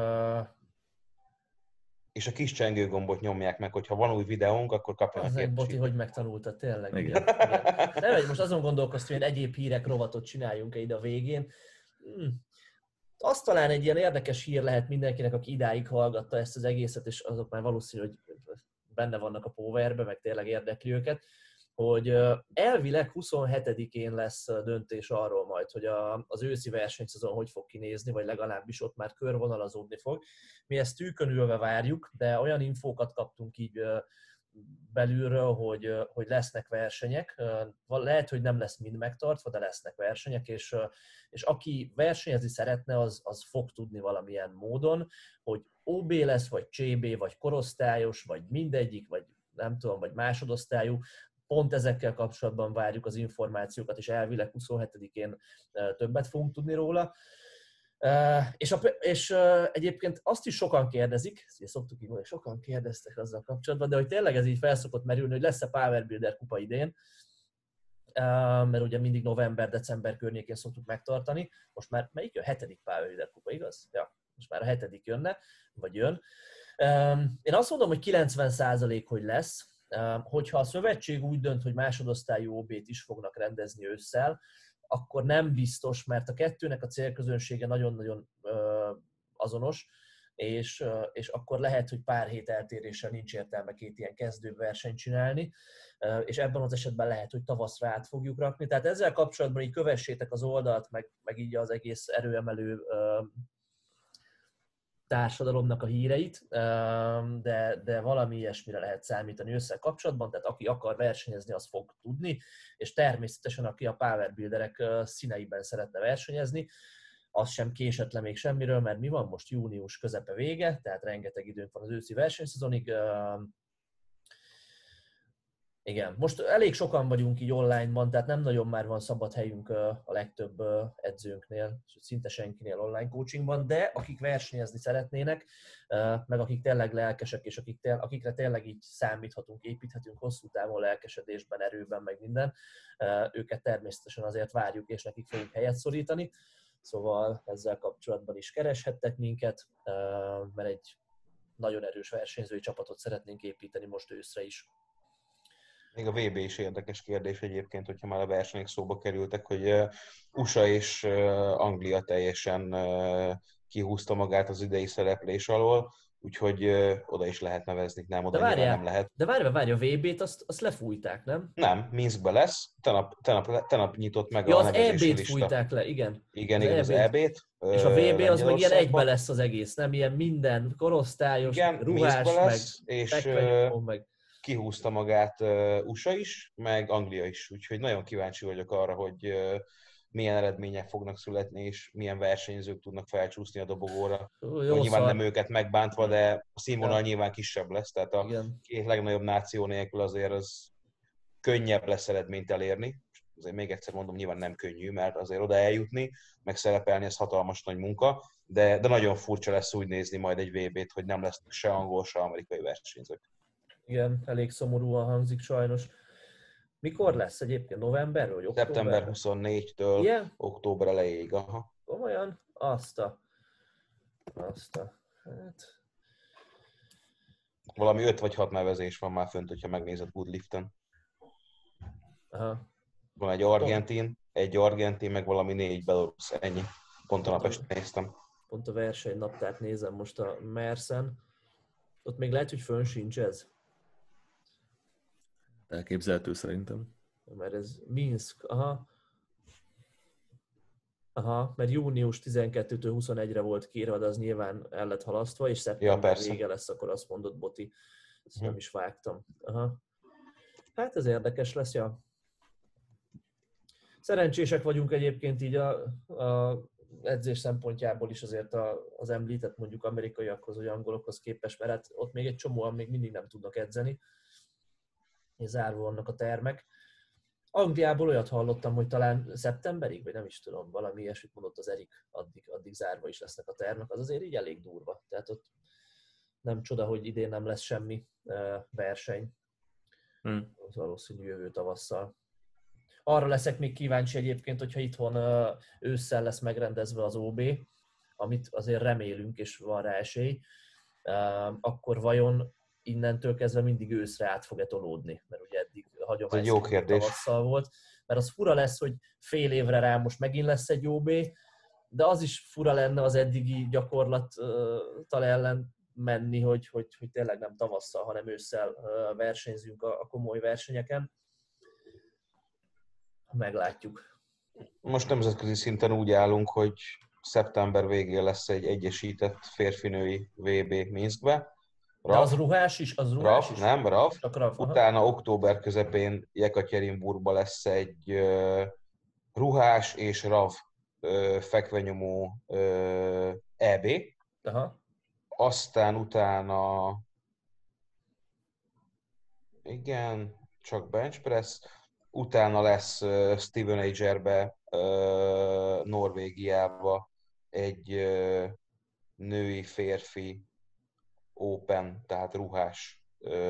a kis csengőgombot nyomják meg, hogyha van új videónk, akkor kapjanak értesítést. Boti, hogy megtanultad, tényleg. Igen. Nem, most azon gondolkoztam, hogy egyéb hírek rovatot csináljunk-e ide a végén. Az talán egy ilyen érdekes hír lehet mindenkinek, aki idáig hallgatta ezt az egészet, és azok már valószínű, hogy benne vannak a Powerbe, meg tényleg érdekli őket, hogy elvileg 27-én lesz döntés arról majd, hogy az őszi versenyszezon hogy fog kinézni, vagy legalábbis ott már körvonalazódni fog. Mi ezt tűkön ülve várjuk, de olyan infókat kaptunk így belülről, hogy lesznek versenyek. Lehet, hogy nem lesz mind megtartva, de lesznek versenyek, és aki versenyezni szeretne, az fog tudni valamilyen módon, hogy OB lesz, vagy CB, vagy korosztályos, vagy mindegyik, vagy nem tudom, vagy másodosztályú. Pont ezekkel kapcsolatban várjuk az információkat, és elvileg 27-én többet fogunk tudni róla. És egyébként azt is sokan kérdezik, szoktuk így mondani, sokan kérdeztek azzal kapcsolatban, de hogy tényleg ez így felszokott merülni, hogy lesz-e Power Builder kupa idén, mert ugye mindig november-december környékén szoktuk megtartani. Most már melyik a 7. Power Builder kupa, igaz? Ja, most már a 7. jönne, vagy jön. Én azt mondom, hogy 90% hogy lesz, hogyha a szövetség úgy dönt, hogy másodosztályú OB-t is fognak rendezni ősszel, akkor nem biztos, mert a kettőnek a célközönsége nagyon-nagyon azonos. és akkor lehet, hogy pár hét eltéréssel nincs értelme 2 ilyen kezdő versenyt csinálni, és ebben az esetben lehet, hogy tavaszra át fogjuk rakni. Tehát ezzel kapcsolatban így kövessétek az oldalt, meg így az egész erőemelő társadalomnak a híreit, de valami ilyesmire lehet számítani össze kapcsolatban, tehát aki akar versenyezni, az fog tudni, és természetesen aki a powerbuilderek színeiben szeretne versenyezni, az sem késett le még semmiről, mert mi van most június közepe vége, tehát rengeteg időnk van az őszi versenyszezonig. Igen, most elég sokan vagyunk így online-ban, tehát nem nagyon már van szabad helyünk a legtöbb edzőnknél, szinte senkinél online coachingban, de akik versenyezni szeretnének, meg akik tényleg lelkesek, és akikre tényleg így számíthatunk, építhetünk hosszú távon lelkesedésben, erőben, meg minden, őket természetesen azért várjuk, és nekik fogunk helyet szorítani. Szóval ezzel kapcsolatban is kereshettek minket, mert egy nagyon erős versenyzői csapatot szeretnénk építeni most őszre is. Még a VB is érdekes kérdés egyébként, hogyha már a versenyek szóba kerültek, hogy USA és Anglia teljesen kihúzta magát az idei szereplés alól, úgyhogy oda is lehet nevezni, nem oda nyilván nem lehet. De várj, a VB-t azt lefújták, nem? Nem, Minskben lesz, tenap nyitott meg ja, a nevezési lista. az EB-t fújták le, igen. Igen, az EB-t. És a VB az meg ilyen egybe lesz az egész, nem? Ilyen minden korosztályos, igen, ruhás, lesz, meg és meg kihúzta magát USA is, meg Anglia is, úgyhogy nagyon kíváncsi vagyok arra, hogy milyen eredmények fognak születni, és milyen versenyzők tudnak felcsúszni a dobogóra. Nyilván nem őket megbántva, de a színvonal nyilván kisebb lesz, tehát a két legnagyobb náció nélkül azért az könnyebb lesz eredményt elérni. Azért még egyszer mondom, nyilván nem könnyű, mert azért oda eljutni, meg szerepelni, ez hatalmas nagy munka, de nagyon furcsa lesz úgy nézni majd egy VB-t, hogy nem lesznek se angol, se amerikai versenyzők. Igen, elég szomorúan hangzik sajnos. Mikor lesz egyébként? November vagy október? Szeptember 24-től igen? Október elejéig. Aha. Komolyan? Azt a... Hát... Valami 5 vagy 6 nevezés van már fönt, hogyha megnézed Woodliften. Aha. Van egy argentin, meg valami 4 belorusz, ennyi. Pont a nap este néztem. Pont a versenynaptárt nézem most a Mersen. Ott még lehet, hogy fönn sincs ez. Elképzelhető szerintem. Mert ez Minsk, aha, mert június 12-től 21-re volt kérve, de az nyilván el lett halasztva, és szeptember vége lesz, akkor azt mondott Boti. Ezt nem is vágtam. Aha. Hát ez érdekes lesz, ja. Szerencsések vagyunk egyébként így a edzés szempontjából is azért az említett mondjuk amerikaiakhoz vagy angolokhoz képest, mert hát ott még egy csomóan még mindig nem tudnak edzeni, és zárva vannak a termek. Angliából olyat hallottam, hogy talán szeptemberig, vagy nem is tudom, valami ilyesmit mondott az Erik, addig zárva is lesznek a termek, az azért így elég durva. Tehát ott nem csoda, hogy idén nem lesz semmi verseny. Az valószínű jövő tavasszal. Arra leszek még kíváncsi egyébként, hogyha itthon ősszel lesz megrendezve az OB, amit azért remélünk, és van rá esély, akkor vajon innentől kezdve mindig őszre át fog-e tolódni? Mert ugye eddig hagyományszerűen tavasszal volt. Mert az fura lesz, hogy fél évre rá most megint lesz egy OB, de az is fura lenne az eddigi gyakorlattal ellen menni, hogy tényleg nem tavasszal, hanem ősszel versenyzünk a komoly versenyeken. Meglátjuk. Most nemzetközi szinten úgy állunk, hogy szeptember végén lesz egy egyesített férfinői VB Minskbe. De az ruhás is? Az ruhás is? Nem, RAV. RAV. Utána október közepén Jekatyerinburgban lesz egy ruhás és RAV fekvenyomó EB. Aha. Aztán utána igen, csak bench press. Utána lesz Steven Agerbe, Norvégiába egy női-férfi Open, tehát ruhás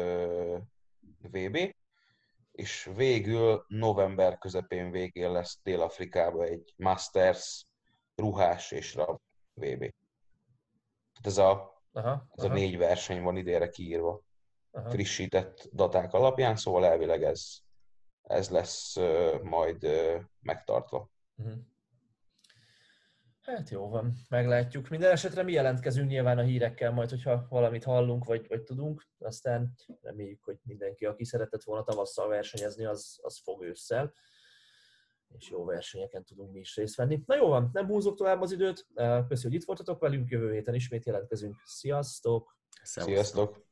VB, és végül november közepén végén lesz Dél-Afrikában egy Masters ruhás és RAV VB. Ez a 4 verseny van idénre kiírva, frissített daták alapján, szóval elvileg ez lesz majd megtartva. Hát jó van, meglátjuk. Minden esetre mi jelentkezünk nyilván a hírekkel majd, hogyha valamit hallunk, vagy tudunk. Aztán reméljük, hogy mindenki, aki szeretett volna tavasszal versenyezni, az fog ősszel. És jó versenyeken tudunk mi is részt venni. Na jó van, nem húzok tovább az időt. Köszönjük, hogy itt voltatok velünk, jövő héten ismét jelentkezünk. Sziasztok! Sziasztok!